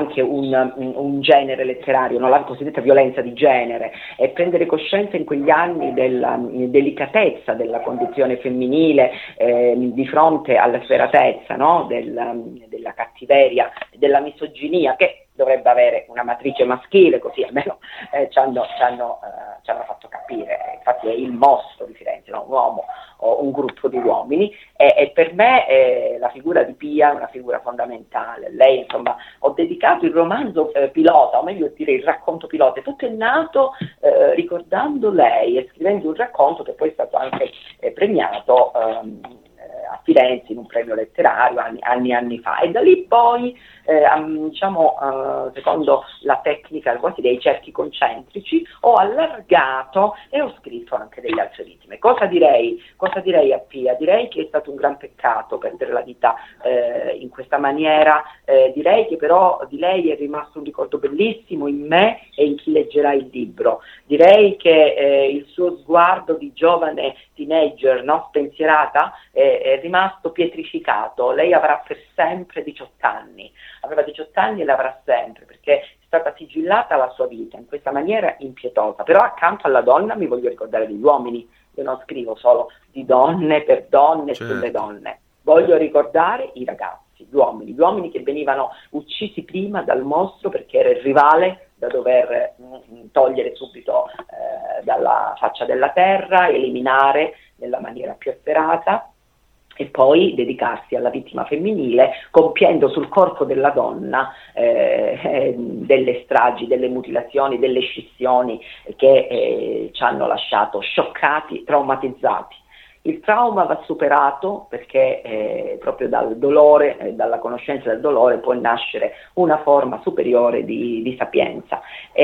anche un, un genere letterario, no? La cosiddetta violenza di genere, e prendere coscienza in quegli anni della delicatezza della condizione femminile eh, di fronte alla sferatezza, no? Del, della cattiveria, della misoginia, che dovrebbe avere una matrice maschile, così almeno eh, ci, hanno, ci, hanno, eh, ci hanno fatto capire. Infatti è il mostro di Firenze, no? Un uomo o un gruppo di uomini, e, e per me eh, la figura di Pia è una figura fondamentale. Lei, insomma, ho dedicato il romanzo eh, pilota, o meglio dire il racconto pilota, tutto è nato eh, ricordando lei e scrivendo un racconto che poi è stato anche eh, premiato ehm, a Firenze in un premio letterario anni anni, anni fa, e da lì poi eh, diciamo uh, secondo la tecnica quasi dei cerchi concentrici ho allargato e ho scritto anche delle altre vittime. Cosa direi? Cosa direi a Pia? Direi che è stato un gran peccato perdere la vita eh, in questa maniera, eh, direi che però di lei è rimasto un ricordo bellissimo in me e in chi leggerà il libro. Direi che eh, il suo sguardo di giovane teenager, no? Spensierata, eh, è rimasto pietrificato. Lei avrà per sempre diciotto anni, aveva diciotto anni e l'avrà sempre, perché è stata sigillata la sua vita in questa maniera impietosa. Però accanto alla donna mi voglio ricordare degli uomini. Io non scrivo solo di donne per donne, certo, sulle donne, voglio ricordare i ragazzi, gli uomini, gli uomini che venivano uccisi prima dal mostro perché era il rivale da dover mh, togliere subito eh, dalla faccia della terra, eliminare nella maniera più efferata, e poi dedicarsi alla vittima femminile, compiendo sul corpo della donna eh, eh, delle stragi, delle mutilazioni, delle scissioni che eh, ci hanno lasciato scioccati, traumatizzati. Il trauma va superato perché eh, proprio dal dolore, eh, dalla conoscenza del dolore può nascere una forma superiore di, di sapienza.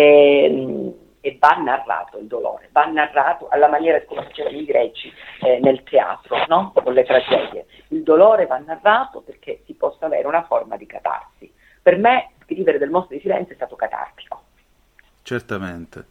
E, e va narrato il dolore, va narrato alla maniera come facevano i greci eh, nel teatro, no? Con le tragedie. Il dolore va narrato perché si possa avere una forma di catarsi. Per me scrivere del mostro di Firenze è stato catartico. Certamente.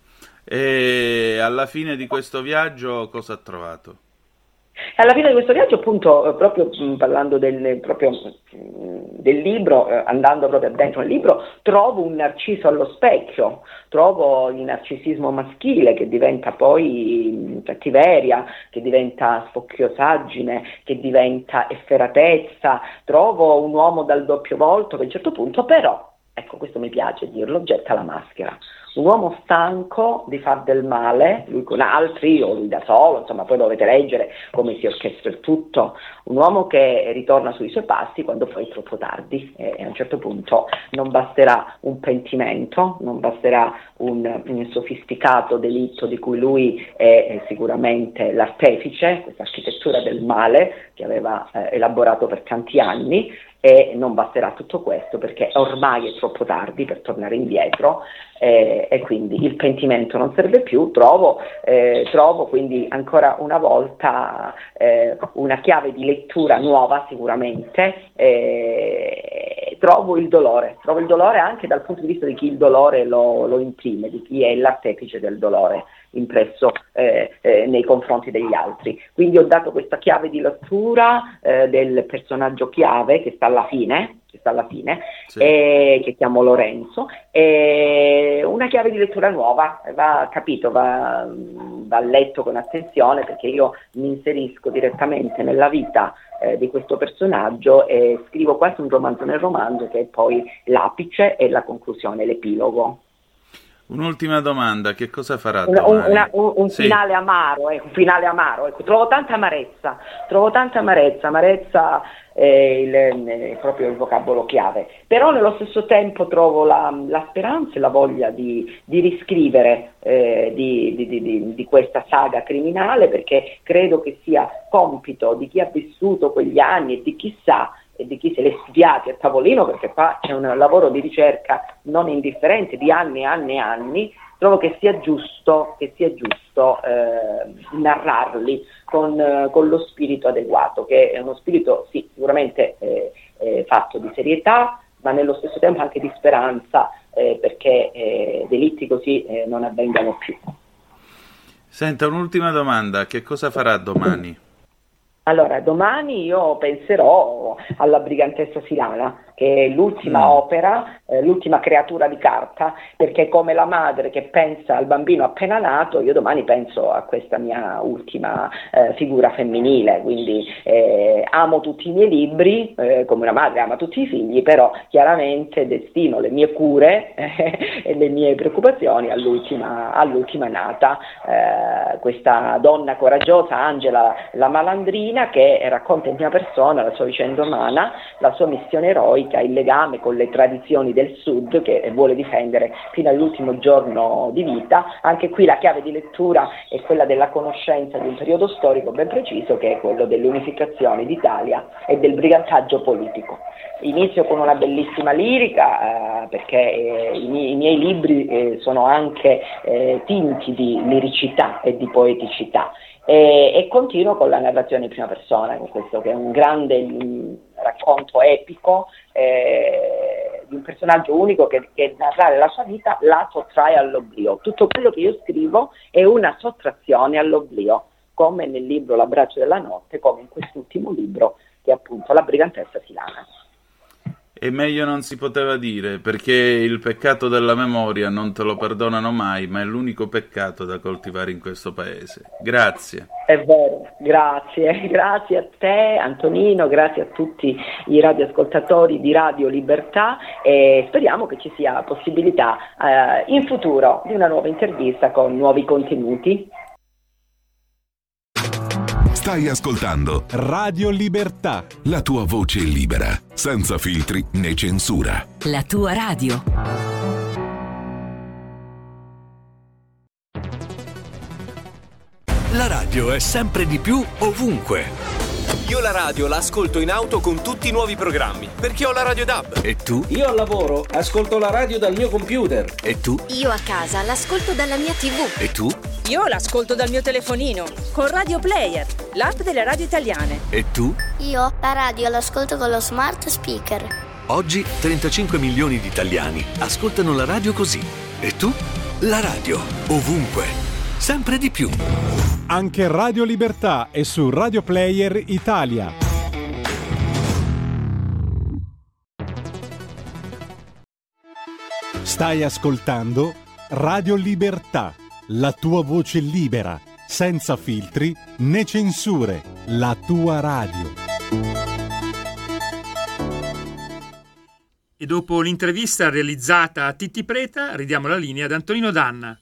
E alla fine di questo viaggio cosa ha trovato? Alla fine di questo viaggio, appunto, proprio mh, parlando del, proprio, mh, del libro, eh, andando proprio dentro il libro, trovo un narciso allo specchio, trovo il narcisismo maschile che diventa poi mh, cattiveria, che diventa spocchiosaggine, che diventa efferatezza, trovo un uomo dal doppio volto che a un certo punto però, ecco questo mi piace dirlo, getta la maschera. Un uomo stanco di far del male, lui con altri o lui da solo, insomma poi dovete leggere come si orchestra il tutto, un uomo che ritorna sui suoi passi quando poi è troppo tardi e a un certo punto non basterà un pentimento, non basterà un, un sofisticato delitto di cui lui è sicuramente l'artefice, questa architettura del male che aveva eh, elaborato per tanti anni, e non basterà tutto questo perché ormai è troppo tardi per tornare indietro eh, e quindi il pentimento non serve più. Trovo, eh, trovo quindi ancora una volta eh, una chiave di lettura nuova sicuramente, eh, trovo il dolore, trovo il dolore anche dal punto di vista di chi il dolore lo, lo imprime, di chi è l'artefice del dolore impresso eh, eh, nei confronti degli altri. Quindi ho dato questa chiave di lettura eh, del personaggio chiave che sta alla fine, che sta alla fine, sì. e, che chiamo Lorenzo, e una chiave di lettura nuova, va capito, va, va letto con attenzione perché io mi inserisco direttamente nella vita eh, di questo personaggio e scrivo quasi un romanzo nel romanzo che è poi l'apice e la conclusione, l'epilogo. Un'ultima domanda, che cosa farà una, domani? Una, un un sì. finale amaro, ecco, un finale amaro, ecco, trovo tanta amarezza, trovo tanta amarezza, amarezza è, il, è proprio il vocabolo chiave, però nello stesso tempo trovo la, la speranza e la voglia di, di riscrivere eh, di, di, di, di questa saga criminale, perché credo che sia compito di chi ha vissuto quegli anni e di chi sa e di chi se l'è studiati a tavolino, perché qua c'è un lavoro di ricerca non indifferente di anni e anni e anni. Trovo che sia giusto, che sia giusto eh, narrarli con, eh, con lo spirito adeguato, che è uno spirito sì, sicuramente eh, eh, fatto di serietà, ma nello stesso tempo anche di speranza, eh, perché eh, delitti così eh, non avvengano più. Senta, un'ultima domanda, che cosa farà domani? Allora, domani io penserò alla brigantessa Silana, che è l'ultima Mm. opera, eh, l'ultima creatura di carta, perché come la madre che pensa al bambino appena nato, io domani penso a questa mia ultima eh, figura femminile, quindi eh, amo tutti i miei libri, eh, come una madre ama tutti i figli, però chiaramente destino le mie cure eh, e le mie preoccupazioni all'ultima, all'ultima nata, eh, questa donna coraggiosa, Angela la Malandrina, che racconta in prima persona la sua vicenda umana, la sua missione eroica, il legame con le tradizioni del Sud che vuole difendere fino all'ultimo giorno di vita. Anche qui la chiave di lettura è quella della conoscenza di un periodo storico ben preciso, che è quello dell'unificazione d'Italia e del brigantaggio politico. Inizio con una bellissima lirica, eh, perché eh, i, miei, i miei libri eh, sono anche eh, tinti di liricità e di poeticità, e, e continuo con la narrazione in prima persona, con questo che è un grande mh, racconto epico eh, di un personaggio unico che, che narrare la sua vita la sottrae all'oblio. Tutto quello che io scrivo è una sottrazione all'oblio, come nel libro L'abbraccio della notte, come in quest'ultimo libro che è appunto La brigantessa Silana. E meglio non si poteva dire, perché il peccato della memoria non te lo perdonano mai, ma è l'unico peccato da coltivare in questo paese. Grazie. È vero, grazie, grazie a te Antonino, grazie a tutti i radioascoltatori di Radio Libertà, e speriamo che ci sia possibilità eh, in futuro di una nuova intervista con nuovi contenuti. Stai ascoltando Radio Libertà. la tua voce libera, senza filtri né censura. La tua radio. La radio è sempre di più ovunque. Io la radio la ascolto in auto con tutti i nuovi programmi, perché ho la Radio D A B. E tu? Io al lavoro ascolto la radio dal mio computer. E tu? Io a casa l'ascolto dalla mia tivù. E tu? Io l'ascolto dal mio telefonino, con Radio Player, l'app delle radio italiane. E tu? Io la radio l'ascolto con lo smart speaker. Oggi trentacinque milioni di italiani ascoltano la radio così. E tu? La radio, ovunque, sempre di più. Anche Radio Libertà è su Radio Player Italia. Stai ascoltando Radio Libertà, la tua voce libera, senza filtri né censure, la tua radio. E dopo l'intervista realizzata a Titti Preta, ridiamo la linea ad Antonino Danna.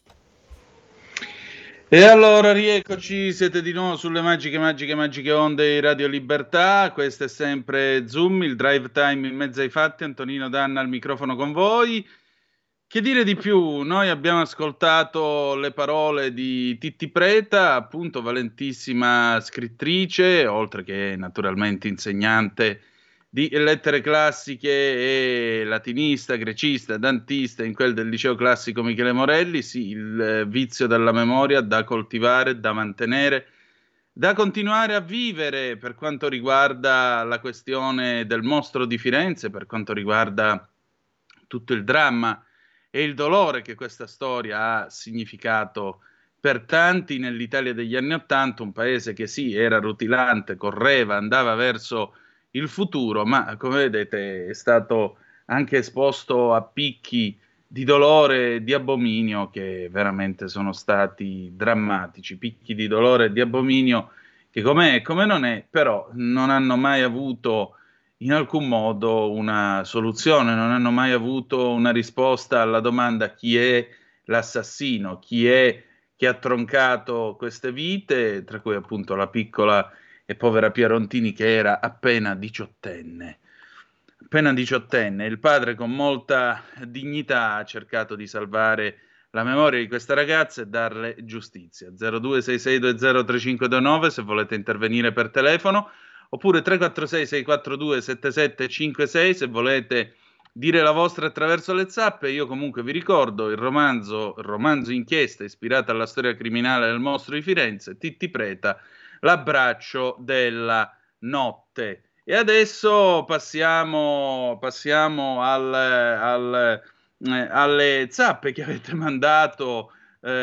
E allora rieccoci, siete di nuovo sulle magiche, magiche, magiche onde di Radio Libertà. Questo è sempre Zoom, il drive time in mezzo ai fatti. Antonino Danna al microfono con voi. Che dire di più? Noi abbiamo ascoltato le parole di Titti Preta, appunto valentissima scrittrice, oltre che naturalmente insegnante di lettere classiche e latinista, grecista, dantista in quel del liceo classico Michele Morelli. Sì, il vizio della memoria da coltivare, da mantenere, da continuare a vivere per quanto riguarda la questione del mostro di Firenze, per quanto riguarda tutto il dramma e il dolore che questa storia ha significato per tanti nell'Italia degli anni Ottanta, un paese che sì, era rutilante, correva, andava verso il futuro, ma come vedete è stato anche esposto a picchi di dolore e di abominio che veramente sono stati drammatici, picchi di dolore e di abominio che com'è e come non è, però non hanno mai avuto in alcun modo una soluzione, non hanno mai avuto una risposta alla domanda chi è l'assassino, chi è che ha troncato queste vite, tra cui appunto la piccola e povera Pierontini che era appena diciottenne. Appena diciottenne, il padre con molta dignità ha cercato di salvare la memoria di questa ragazza e darle giustizia. zero due sei sei due zero tre cinque due nove se volete intervenire per telefono, oppure tre quattro sei sei quattro due sette sette cinque sei se volete dire la vostra attraverso le zappe. Io comunque vi ricordo il romanzo, il romanzo inchiesta ispirato alla storia criminale del mostro di Firenze, Titti Preta, L'abbraccio della notte. E adesso passiamo, passiamo al, al, eh, alle zappe che avete mandato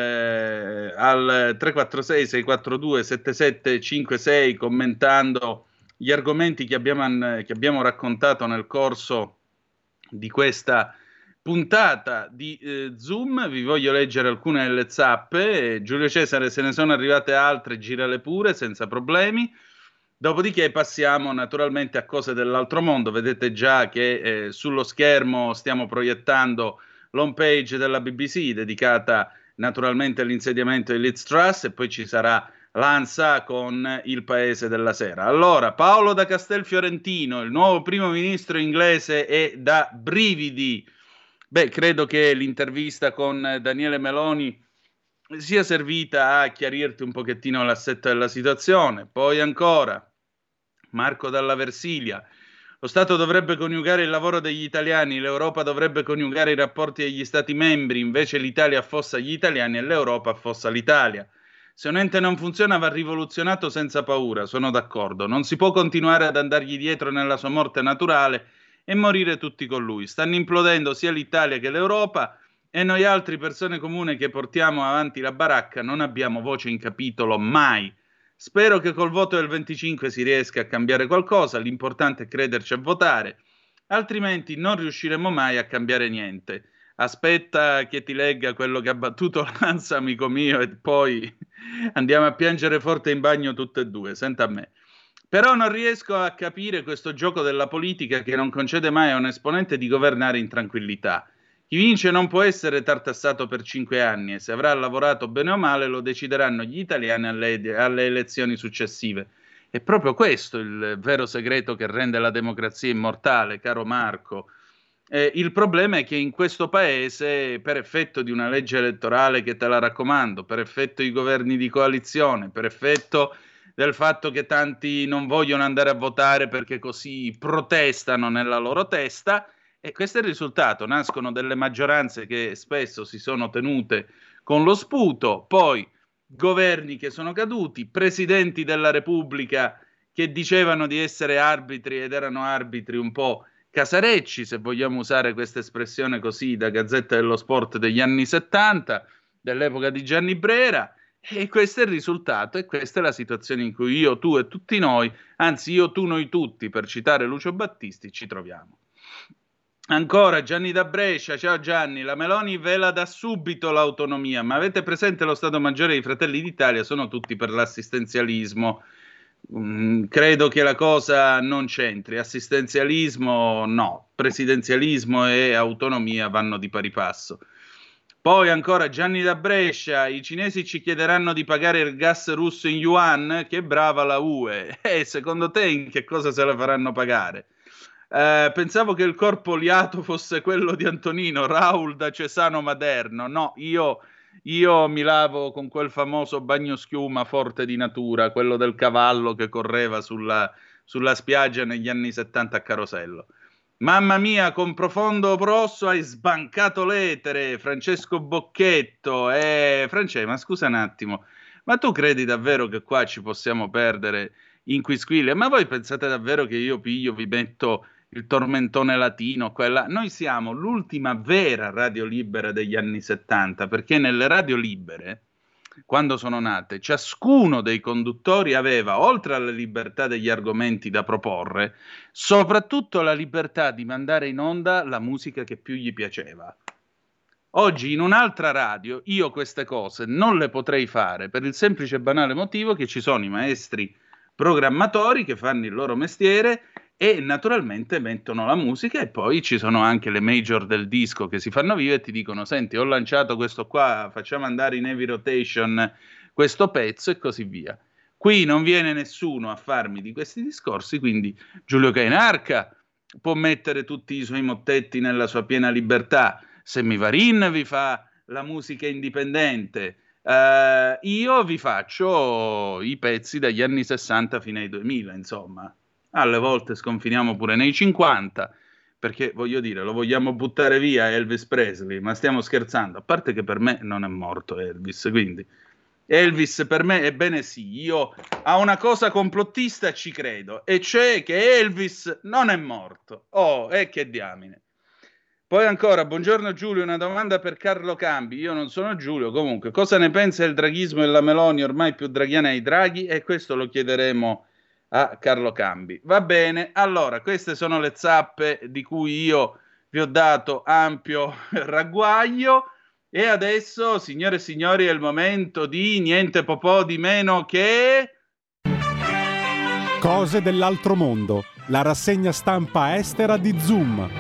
eh, al tre quattro sei sei quattro due sette sette cinque sei commentando gli argomenti che abbiamo, che abbiamo raccontato nel corso di questa puntata di eh, Zoom. Vi voglio leggere alcune delle zappe. Giulio Cesare, se ne sono arrivate altre, girale pure senza problemi. Dopodiché passiamo naturalmente a cose dell'altro mondo. Vedete già che eh, sullo schermo stiamo proiettando l'home page della B B C dedicata naturalmente all'insediamento di Liz Truss, e poi ci sarà l'Ansa con il Paese della Sera. Allora, Paolo da Castelfiorentino, il nuovo primo ministro inglese, è da brividi. Beh, credo che l'intervista con Daniele Meloni sia servita a chiarirti un pochettino l'assetto della situazione. Poi ancora Marco dalla Versilia: lo Stato dovrebbe coniugare il lavoro degli italiani, l'Europa dovrebbe coniugare i rapporti degli Stati membri, invece l'Italia affossa gli italiani e l'Europa affossa l'Italia. Se un ente non funziona va rivoluzionato senza paura, sono d'accordo. Non si può continuare ad andargli dietro nella sua morte naturale e morire tutti con lui. Stanno implodendo sia l'Italia che l'Europa e noi altri persone comuni che portiamo avanti la baracca non abbiamo voce in capitolo mai. Spero che col voto del venticinque si riesca a cambiare qualcosa, l'importante è crederci a votare, altrimenti non riusciremo mai a cambiare niente. Aspetta che ti legga quello che ha battuto l'Ansa, amico mio, e poi andiamo a piangere forte in bagno tutte e due, senta a me. Però non riesco a capire questo gioco della politica che non concede mai a un esponente di governare in tranquillità. Chi vince non può essere tartassato per cinque anni e se avrà lavorato bene o male lo decideranno gli italiani alle, alle elezioni successive. È proprio questo il vero segreto che rende la democrazia immortale, caro Marco. Eh, il problema è che in questo paese, per effetto di una legge elettorale che te la raccomando, per effetto di governi di coalizione, per effetto del fatto che tanti non vogliono andare a votare perché così protestano nella loro testa, e questo è il risultato. Nascono delle maggioranze che spesso si sono tenute con lo sputo, poi governi che sono caduti, presidenti della Repubblica che dicevano di essere arbitri ed erano arbitri un po' casarecci, se vogliamo usare questa espressione così da Gazzetta dello Sport degli anni settanta, dell'epoca di Gianni Brera, e questo è il risultato e questa è la situazione in cui io, tu e tutti noi, anzi io, tu, noi tutti, per citare Lucio Battisti, ci troviamo. Ancora Gianni da Brescia: ciao Gianni, la Meloni ve la dà subito l'autonomia, ma avete presente lo Stato Maggiore dei Fratelli d'Italia? Sono tutti per l'assistenzialismo. Mm, credo che la cosa non c'entri. Assistenzialismo no, presidenzialismo e autonomia vanno di pari passo. Poi ancora Gianni da Brescia: i cinesi ci chiederanno di pagare il gas russo in yuan, che brava la U E. E secondo te in che cosa se la faranno pagare? Eh, pensavo che il corpo oliato fosse quello di Antonino, Raul da Cesano Maderno. No, io, io mi lavo con quel famoso bagnoschiuma forte di natura, quello del cavallo che correva sulla, sulla spiaggia negli anni settanta a Carosello. Mamma mia, con profondo prosso hai sbancato l'etere, Francesco Bocchetto. Eh, Francesco, ma scusa un attimo, ma tu credi davvero che qua ci possiamo perdere in quisquille? Ma voi pensate davvero che io piglio, vi metto il tormentone latino, quella? Noi siamo l'ultima vera radio libera degli anni settanta, perché nelle radio libere, quando sono nate, ciascuno dei conduttori aveva, oltre alla libertà degli argomenti da proporre, soprattutto la libertà di mandare in onda la musica che più gli piaceva. Oggi in un'altra radio io queste cose non le potrei fare per il semplice e banale motivo che ci sono i maestri programmatori che fanno il loro mestiere e naturalmente mettono la musica, e poi ci sono anche le major del disco che si fanno vive e ti dicono: senti, ho lanciato questo qua, facciamo andare in heavy rotation questo pezzo e così via. Qui non viene nessuno a farmi di questi discorsi, quindi Giulio Cainarca può mettere tutti i suoi mottetti nella sua piena libertà, Semivarin vi fa la musica indipendente, uh, io vi faccio i pezzi dagli anni sessanta fino ai duemila, insomma. Alle volte sconfiniamo pure nei cinquanta, perché voglio dire, lo vogliamo buttare via Elvis Presley, ma stiamo scherzando, a parte che per me non è morto Elvis, quindi Elvis per me, ebbene sì, io a una cosa complottista ci credo, e cioè che Elvis non è morto. Oh, e che diamine. Poi ancora, buongiorno Giulio, una domanda per Carlo Cambi. Io non sono Giulio, comunque, cosa ne pensa il draghismo e la Meloni ormai più draghiana ai draghi? E questo lo chiederemo a Carlo Cambi. Va bene, allora, queste sono le zappe di cui io vi ho dato ampio ragguaglio e adesso, signore e signori, è il momento di niente po' po' di meno che... Cose dell'altro mondo, la rassegna stampa estera di Zoom.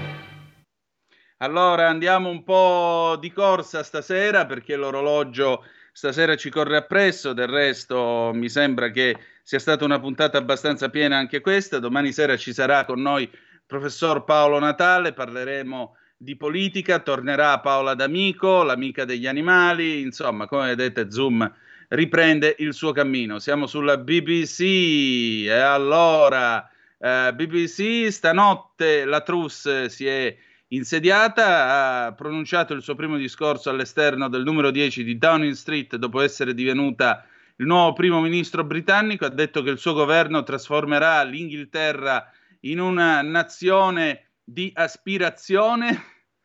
Allora andiamo un po' di corsa stasera perché l'orologio stasera ci corre appresso, del resto mi sembra che sia stata una puntata abbastanza piena anche questa. Domani sera ci sarà con noi il professor Paolo Natale, parleremo di politica, tornerà Paola D'Amico, l'amica degli animali, insomma come vedete Zoom riprende il suo cammino. Siamo sulla B B C e allora eh, B B C stanotte la Truss si è insediata, ha pronunciato il suo primo discorso all'esterno del numero dieci di Downing Street dopo essere divenuta il nuovo primo ministro britannico. Ha detto che il suo governo trasformerà l'Inghilterra in una nazione di aspirazione,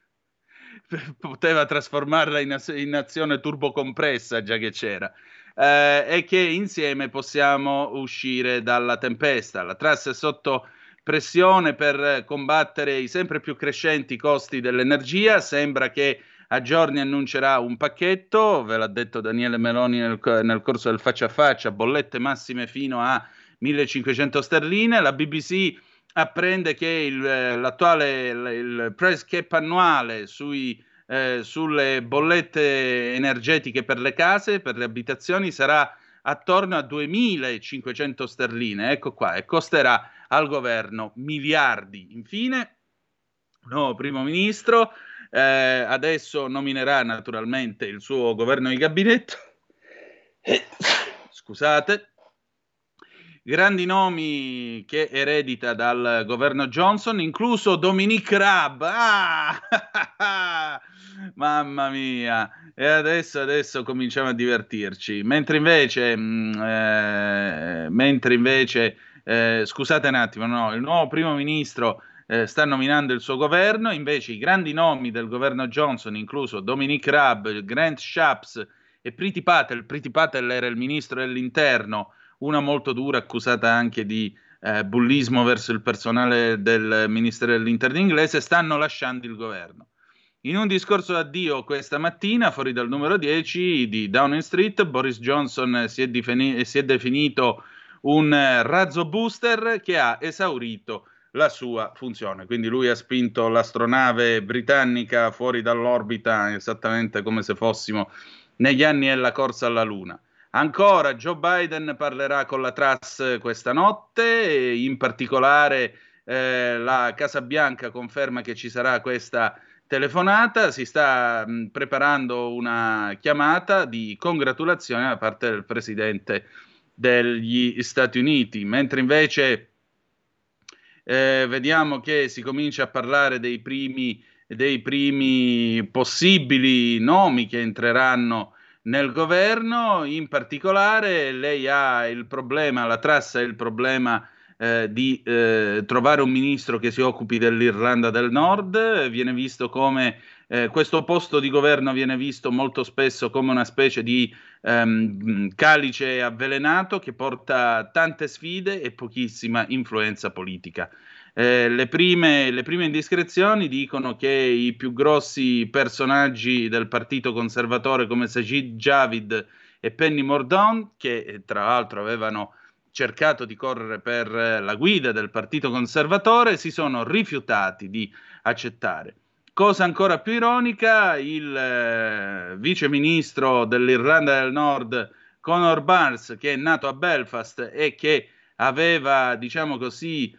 poteva trasformarla in, in nazione turbocompressa già che c'era, eh, e che insieme possiamo uscire dalla tempesta. La Truss è sotto pressione per combattere i sempre più crescenti costi dell'energia, sembra che a giorni annuncerà un pacchetto, ve l'ha detto Daniele Meloni nel, nel corso del faccia a faccia, bollette massime fino a millecinquecento sterline. La B B C apprende che il, l'attuale il, il price cap annuale sui, eh, sulle bollette energetiche per le case, per le abitazioni, sarà attorno a duemilacinquecento sterline, ecco qua, e costerà al governo miliardi. Infine, nuovo primo ministro, eh, adesso nominerà naturalmente il suo governo di gabinetto, eh, scusate, grandi nomi che eredita dal governo Johnson, incluso Dominic Raab. Ah! Mamma mia! E adesso, adesso cominciamo a divertirci. Mentre invece, mh, eh, mentre invece eh, scusate un attimo, no, il nuovo primo ministro eh, sta nominando il suo governo, invece i grandi nomi del governo Johnson, incluso Dominic Raab, Grant Shapps e Priti Patel. Priti Patel era il ministro dell'interno, una molto dura, accusata anche di eh, bullismo verso il personale del Ministero dell'Interno inglese, stanno lasciando il governo. In un discorso d'addio questa mattina, fuori dal numero dieci di Downing Street, Boris Johnson si è, defini- si è definito un eh, razzo booster che ha esaurito la sua funzione. Quindi lui ha spinto l'astronave britannica fuori dall'orbita esattamente come se fossimo negli anni della corsa alla Luna. Ancora Joe Biden parlerà con la Truss questa notte, e in particolare eh, la Casa Bianca conferma che ci sarà questa telefonata, si sta mh, preparando una chiamata di congratulazione da parte del presidente degli Stati Uniti, mentre invece eh, vediamo che si comincia a parlare dei primi, dei primi possibili nomi che entreranno nel governo. In particolare lei ha il problema, la Truss ha il problema eh, di eh, trovare un ministro che si occupi dell'Irlanda del Nord. Viene visto come eh, questo posto di governo viene visto molto spesso come una specie di ehm, calice avvelenato che porta tante sfide e pochissima influenza politica. Eh, le, prime, le prime indiscrezioni dicono che i più grossi personaggi del partito conservatore come Sajid Javid e Penny Mordaunt, che tra l'altro avevano cercato di correre per la guida del partito conservatore, si sono rifiutati di accettare. Cosa ancora più ironica, il eh, vice ministro dell'Irlanda del Nord Conor Barnes, che è nato a Belfast e che aveva, diciamo così,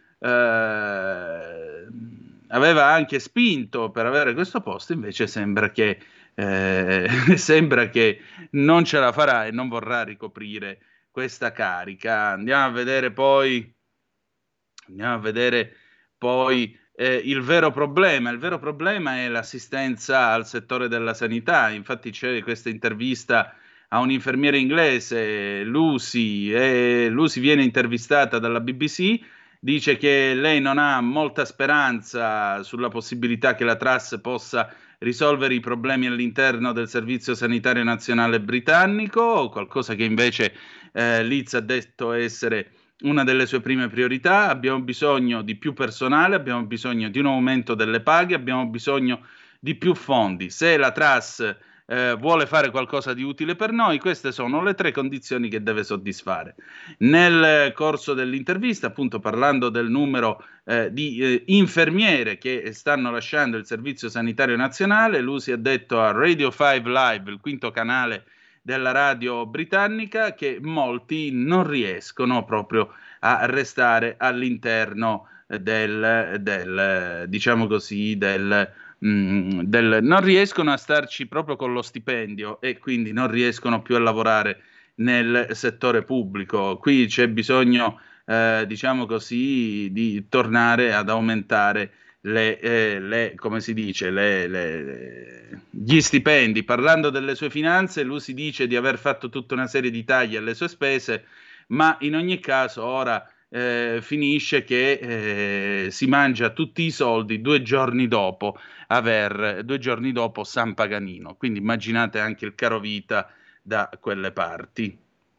Uh, aveva anche spinto per avere questo posto, invece sembra che eh, sembra che non ce la farà e non vorrà ricoprire questa carica. Andiamo a vedere poi andiamo a vedere poi eh, il vero problema. Il vero problema è l'assistenza al settore della sanità. Infatti c'è questa intervista a un'infermiera inglese, Lucy, e Lucy viene intervistata dalla B B C. Dice che lei non ha molta speranza sulla possibilità che la Truss possa risolvere i problemi all'interno del Servizio Sanitario Nazionale britannico, qualcosa che invece eh, Liz ha detto essere una delle sue prime priorità. Abbiamo bisogno di più personale, abbiamo bisogno di un aumento delle paghe, abbiamo bisogno di più fondi. Se la T R A S eh, vuole fare qualcosa di utile per noi, queste sono le tre condizioni che deve soddisfare. Nel corso dell'intervista, appunto parlando del numero eh, di eh, infermiere che stanno lasciando il Servizio Sanitario Nazionale, lui si è detto a Radio cinque Live, il quinto canale della radio britannica, che molti non riescono proprio a restare all'interno del, del diciamo così, del, mm, del non riescono a starci proprio con lo stipendio e quindi non riescono più a lavorare nel settore pubblico. Qui c'è bisogno, eh, diciamo così, di tornare ad aumentare Le, eh, le, come si dice, le, le, gli stipendi. Parlando delle sue finanze, lui si dice di aver fatto tutta una serie di tagli alle sue spese, ma in ogni caso ora eh, finisce che eh, si mangia tutti i soldi due giorni dopo aver, due giorni dopo San Paganino. Quindi immaginate anche il carovita da quelle parti.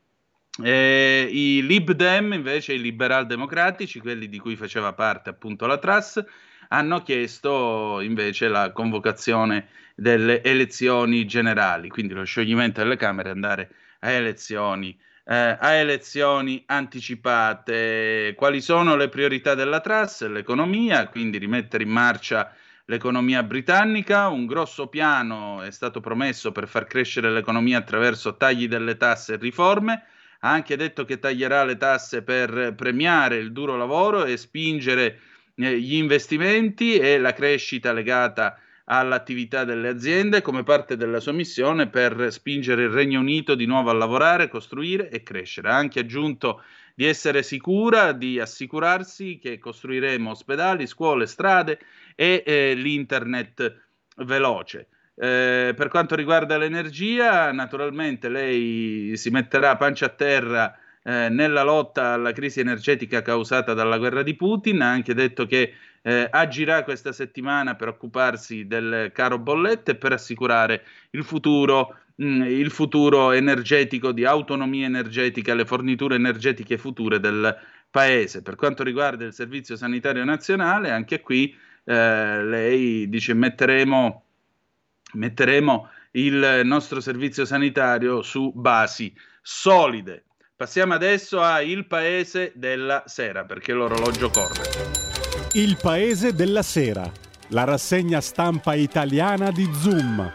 Eh, i Lib Dem, invece, i liberal democratici, quelli di cui faceva parte appunto la T R A S, hanno chiesto invece la convocazione delle elezioni generali, quindi lo scioglimento delle Camere, andare a elezioni, eh, a elezioni anticipate. Quali sono le priorità della T R A S? L'economia, quindi rimettere in marcia l'economia britannica. Un grosso piano è stato promesso per far crescere l'economia attraverso tagli delle tasse e riforme. Ha anche detto che taglierà le tasse per premiare il duro lavoro e spingere gli investimenti e la crescita legata all'attività delle aziende come parte della sua missione per spingere il Regno Unito di nuovo a lavorare, costruire e crescere. Ha anche aggiunto di essere sicura, di assicurarsi che costruiremo ospedali, scuole, strade e eh, l'internet veloce. Eh, per quanto riguarda l'energia, naturalmente lei si metterà pancia a terra Eh, nella lotta alla crisi energetica causata dalla guerra di Putin. Ha anche detto che eh, agirà questa settimana per occuparsi del caro bollette e per assicurare il futuro, mh, il futuro energetico, di autonomia energetica, le forniture energetiche future del paese. Per quanto riguarda il Servizio Sanitario Nazionale, anche qui eh, lei dice metteremo, metteremo il nostro servizio sanitario su basi solide. Passiamo adesso a Il Paese della Sera, perché l'orologio corre. Il Paese della Sera, la rassegna stampa italiana di Zoom.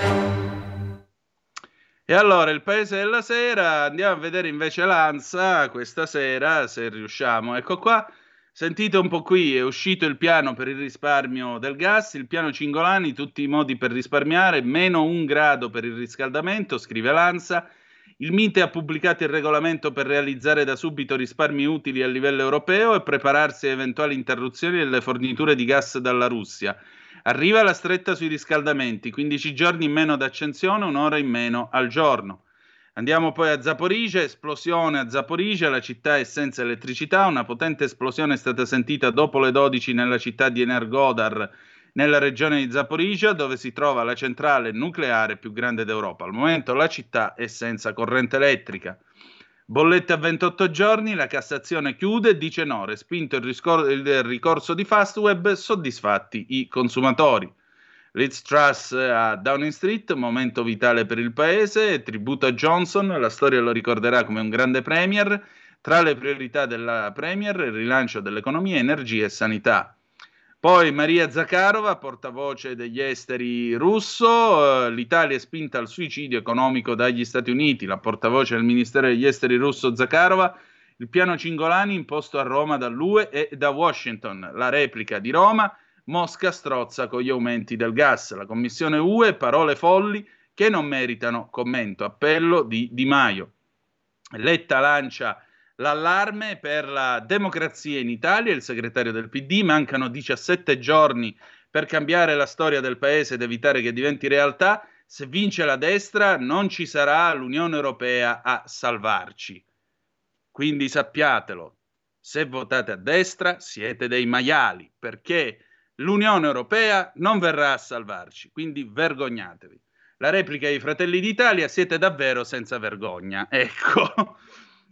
E allora, Il Paese della Sera, andiamo a vedere invece l'ANSA questa sera, se riusciamo. Ecco qua, sentite un po' qui, è uscito il piano per il risparmio del gas, il piano Cingolani, tutti i modi per risparmiare, meno un grado per il riscaldamento, scrive l'ANSA. Il Mite ha pubblicato il regolamento per realizzare da subito risparmi utili a livello europeo e prepararsi a eventuali interruzioni delle forniture di gas dalla Russia. Arriva la stretta sui riscaldamenti, quindici giorni in meno d'accensione, un'ora in meno al giorno. Andiamo poi a Zaporizhzhia, esplosione a Zaporizhzhia, la città è senza elettricità, una potente esplosione è stata sentita dopo le dodici nella città di Energodar, nella regione di Zaporizhzhia, dove si trova la centrale nucleare più grande d'Europa. Al momento la città è senza corrente elettrica. Bollette a ventotto giorni, la Cassazione chiude e dice no, respinto il, riscor- il ricorso di Fastweb, soddisfatti i consumatori. Liz Truss a Downing Street, momento vitale per il paese, tributo a Johnson, la storia lo ricorderà come un grande premier. Tra le priorità della premier, il rilancio dell'economia, energia e sanità. Poi Maria Zakharova, portavoce degli esteri russo, eh, l'Italia è spinta al suicidio economico dagli Stati Uniti, la portavoce del Ministero degli Esteri russo Zakharova, il piano Cingolani imposto a Roma dall'U E e da Washington, la replica di Roma, Mosca strozza con gli aumenti del gas, la Commissione U E, parole folli che non meritano commento, appello di Di Maio. Letta lancia l'allarme per la democrazia in Italia, il segretario del P D, mancano diciassette giorni per cambiare la storia del paese ed evitare che diventi realtà. Se vince la destra non ci sarà l'Unione Europea a salvarci. Quindi sappiatelo, se votate a destra siete dei maiali, perché l'Unione Europea non verrà a salvarci, quindi vergognatevi. La replica dei Fratelli d'Italia, siete davvero senza vergogna, ecco.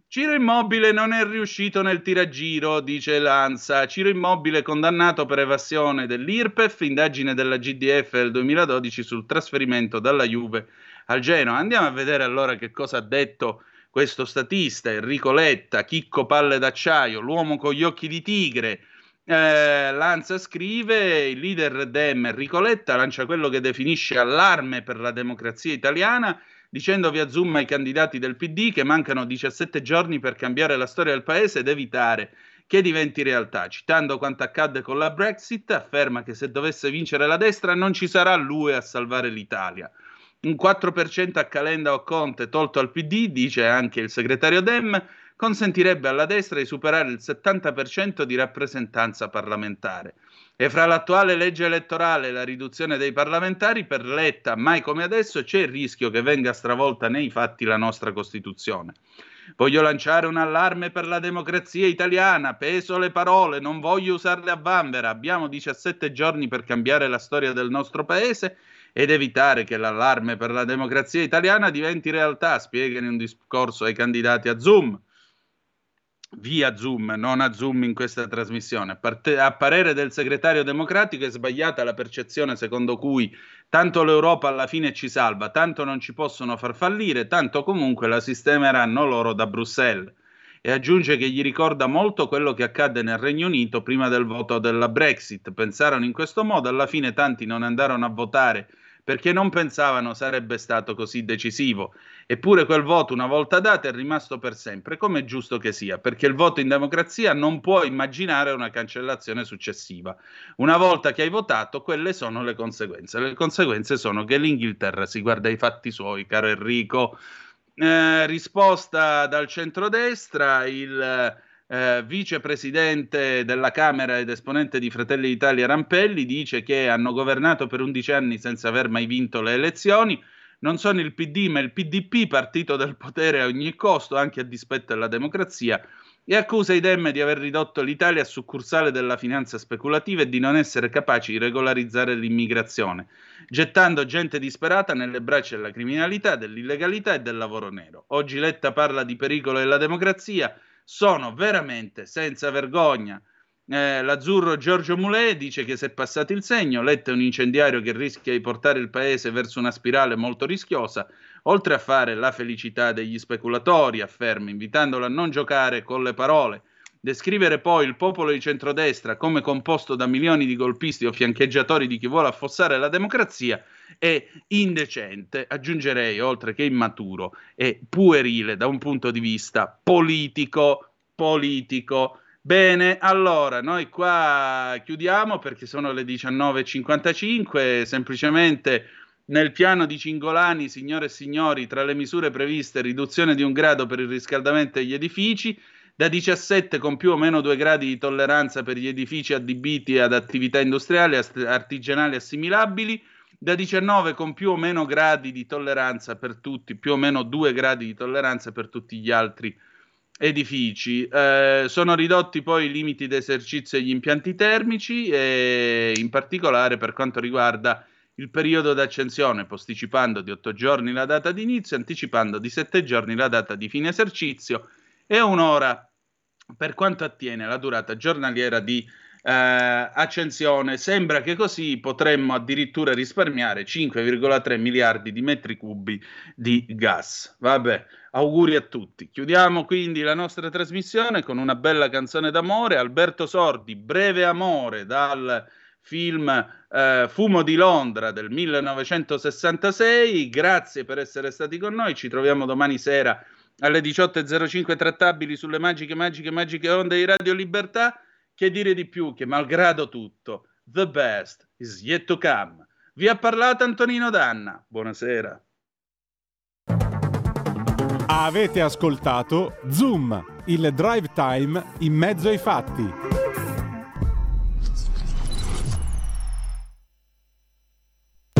Ciro Immobile non è riuscito nel tiragiro, dice l'ANSA. Ciro Immobile condannato per evasione dell'I R P E F, indagine della G D F del duemiladodici sul trasferimento dalla Juve al Genoa. Andiamo a vedere allora che cosa ha detto questo statista, Enrico Letta, chicco palle d'acciaio, l'uomo con gli occhi di tigre. Eh, L'ANSA scrive: il leader Dem Enrico Letta lancia quello che definisce allarme per la democrazia italiana, dicendo via Zoom ai candidati del P D che mancano diciassette giorni per cambiare la storia del paese ed evitare che diventi realtà. Citando quanto accadde con la Brexit, afferma che se dovesse vincere la destra non ci sarà lui a salvare l'Italia. Un quattro per cento a Calenda o Conte tolto al P D, dice anche il segretario Dem, consentirebbe alla destra di superare il settanta per cento di rappresentanza parlamentare. E fra l'attuale legge elettorale e la riduzione dei parlamentari, per Letta, mai come adesso, c'è il rischio che venga stravolta nei fatti la nostra Costituzione. Voglio lanciare un allarme per la democrazia italiana, peso le parole, non voglio usarle a vanvera, abbiamo diciassette giorni per cambiare la storia del nostro paese ed evitare che l'allarme per la democrazia italiana diventi realtà, spiega in un discorso ai candidati a Zoom. Via Zoom, non a Zoom in questa trasmissione. A, parte, a parere del segretario democratico è sbagliata la percezione secondo cui tanto l'Europa alla fine ci salva, tanto non ci possono far fallire, tanto comunque la sistemeranno loro da Bruxelles. E aggiunge che gli ricorda molto quello che accadde nel Regno Unito prima del voto della Brexit. Pensarono in questo modo, alla fine tanti non andarono a votare perché non pensavano sarebbe stato così decisivo. Eppure quel voto, una volta dato, è rimasto per sempre, come è giusto che sia, perché il voto in democrazia non può immaginare una cancellazione successiva. Una volta che hai votato, quelle sono le conseguenze. Le conseguenze sono che l'Inghilterra si guarda i fatti suoi, caro Enrico. Eh, risposta dal centrodestra, il eh, vicepresidente della Camera ed esponente di Fratelli d'Italia Rampelli dice che hanno governato per undici anni senza aver mai vinto le elezioni. Non sono il P D ma il P D P, partito del potere a ogni costo, anche a dispetto della democrazia, e accusa i Dem di aver ridotto l'Italia a succursale della finanza speculativa e di non essere capaci di regolarizzare l'immigrazione, gettando gente disperata nelle braccia della criminalità, dell'illegalità e del lavoro nero. Oggi Letta parla di pericolo della democrazia, sono veramente senza vergogna. Eh, l'azzurro Giorgio Mulè dice che si è passato il segno, Letta è un incendiario che rischia di portare il paese verso una spirale molto rischiosa, oltre a fare la felicità degli speculatori, afferma, invitandolo a non giocare con le parole. Descrivere poi il popolo di centrodestra come composto da milioni di golpisti o fiancheggiatori di chi vuole affossare la democrazia è indecente, aggiungerei, oltre che immaturo, e puerile da un punto di vista politico, politico. Bene, allora, noi qua chiudiamo perché sono le diciannove e cinquantacinque, semplicemente nel piano di Cingolani, signore e signori, tra le misure previste riduzione di un grado per il riscaldamento degli edifici, da diciassette con più o meno due gradi di tolleranza per gli edifici adibiti ad attività industriali, artigianali assimilabili, da diciannove con più o meno gradi di tolleranza per tutti, più o meno due gradi di tolleranza per tutti gli altri edifici. Eh, sono ridotti poi i limiti d'esercizio agli impianti termici e in particolare per quanto riguarda il periodo d'accensione, posticipando di otto giorni la data di inizio, anticipando di sette giorni la data di fine esercizio e un'ora per quanto attiene la durata giornaliera di eh, accensione. Sembra che così potremmo addirittura risparmiare cinque virgola tre miliardi di metri cubi di gas. Vabbè, auguri a tutti. Chiudiamo quindi la nostra trasmissione con una bella canzone d'amore, Alberto Sordi, Breve amore, dal film eh, Fumo di Londra del millenovecentosessantasei. Grazie per essere stati con noi, ci troviamo domani sera alle diciotto e zero cinque trattabili sulle magiche, magiche, magiche onde di Radio Libertà. Che dire di più che malgrado tutto, the best is yet to come. Vi ha parlato Antonino Danna. Buonasera. Avete ascoltato Zoom, il drive time in mezzo ai fatti.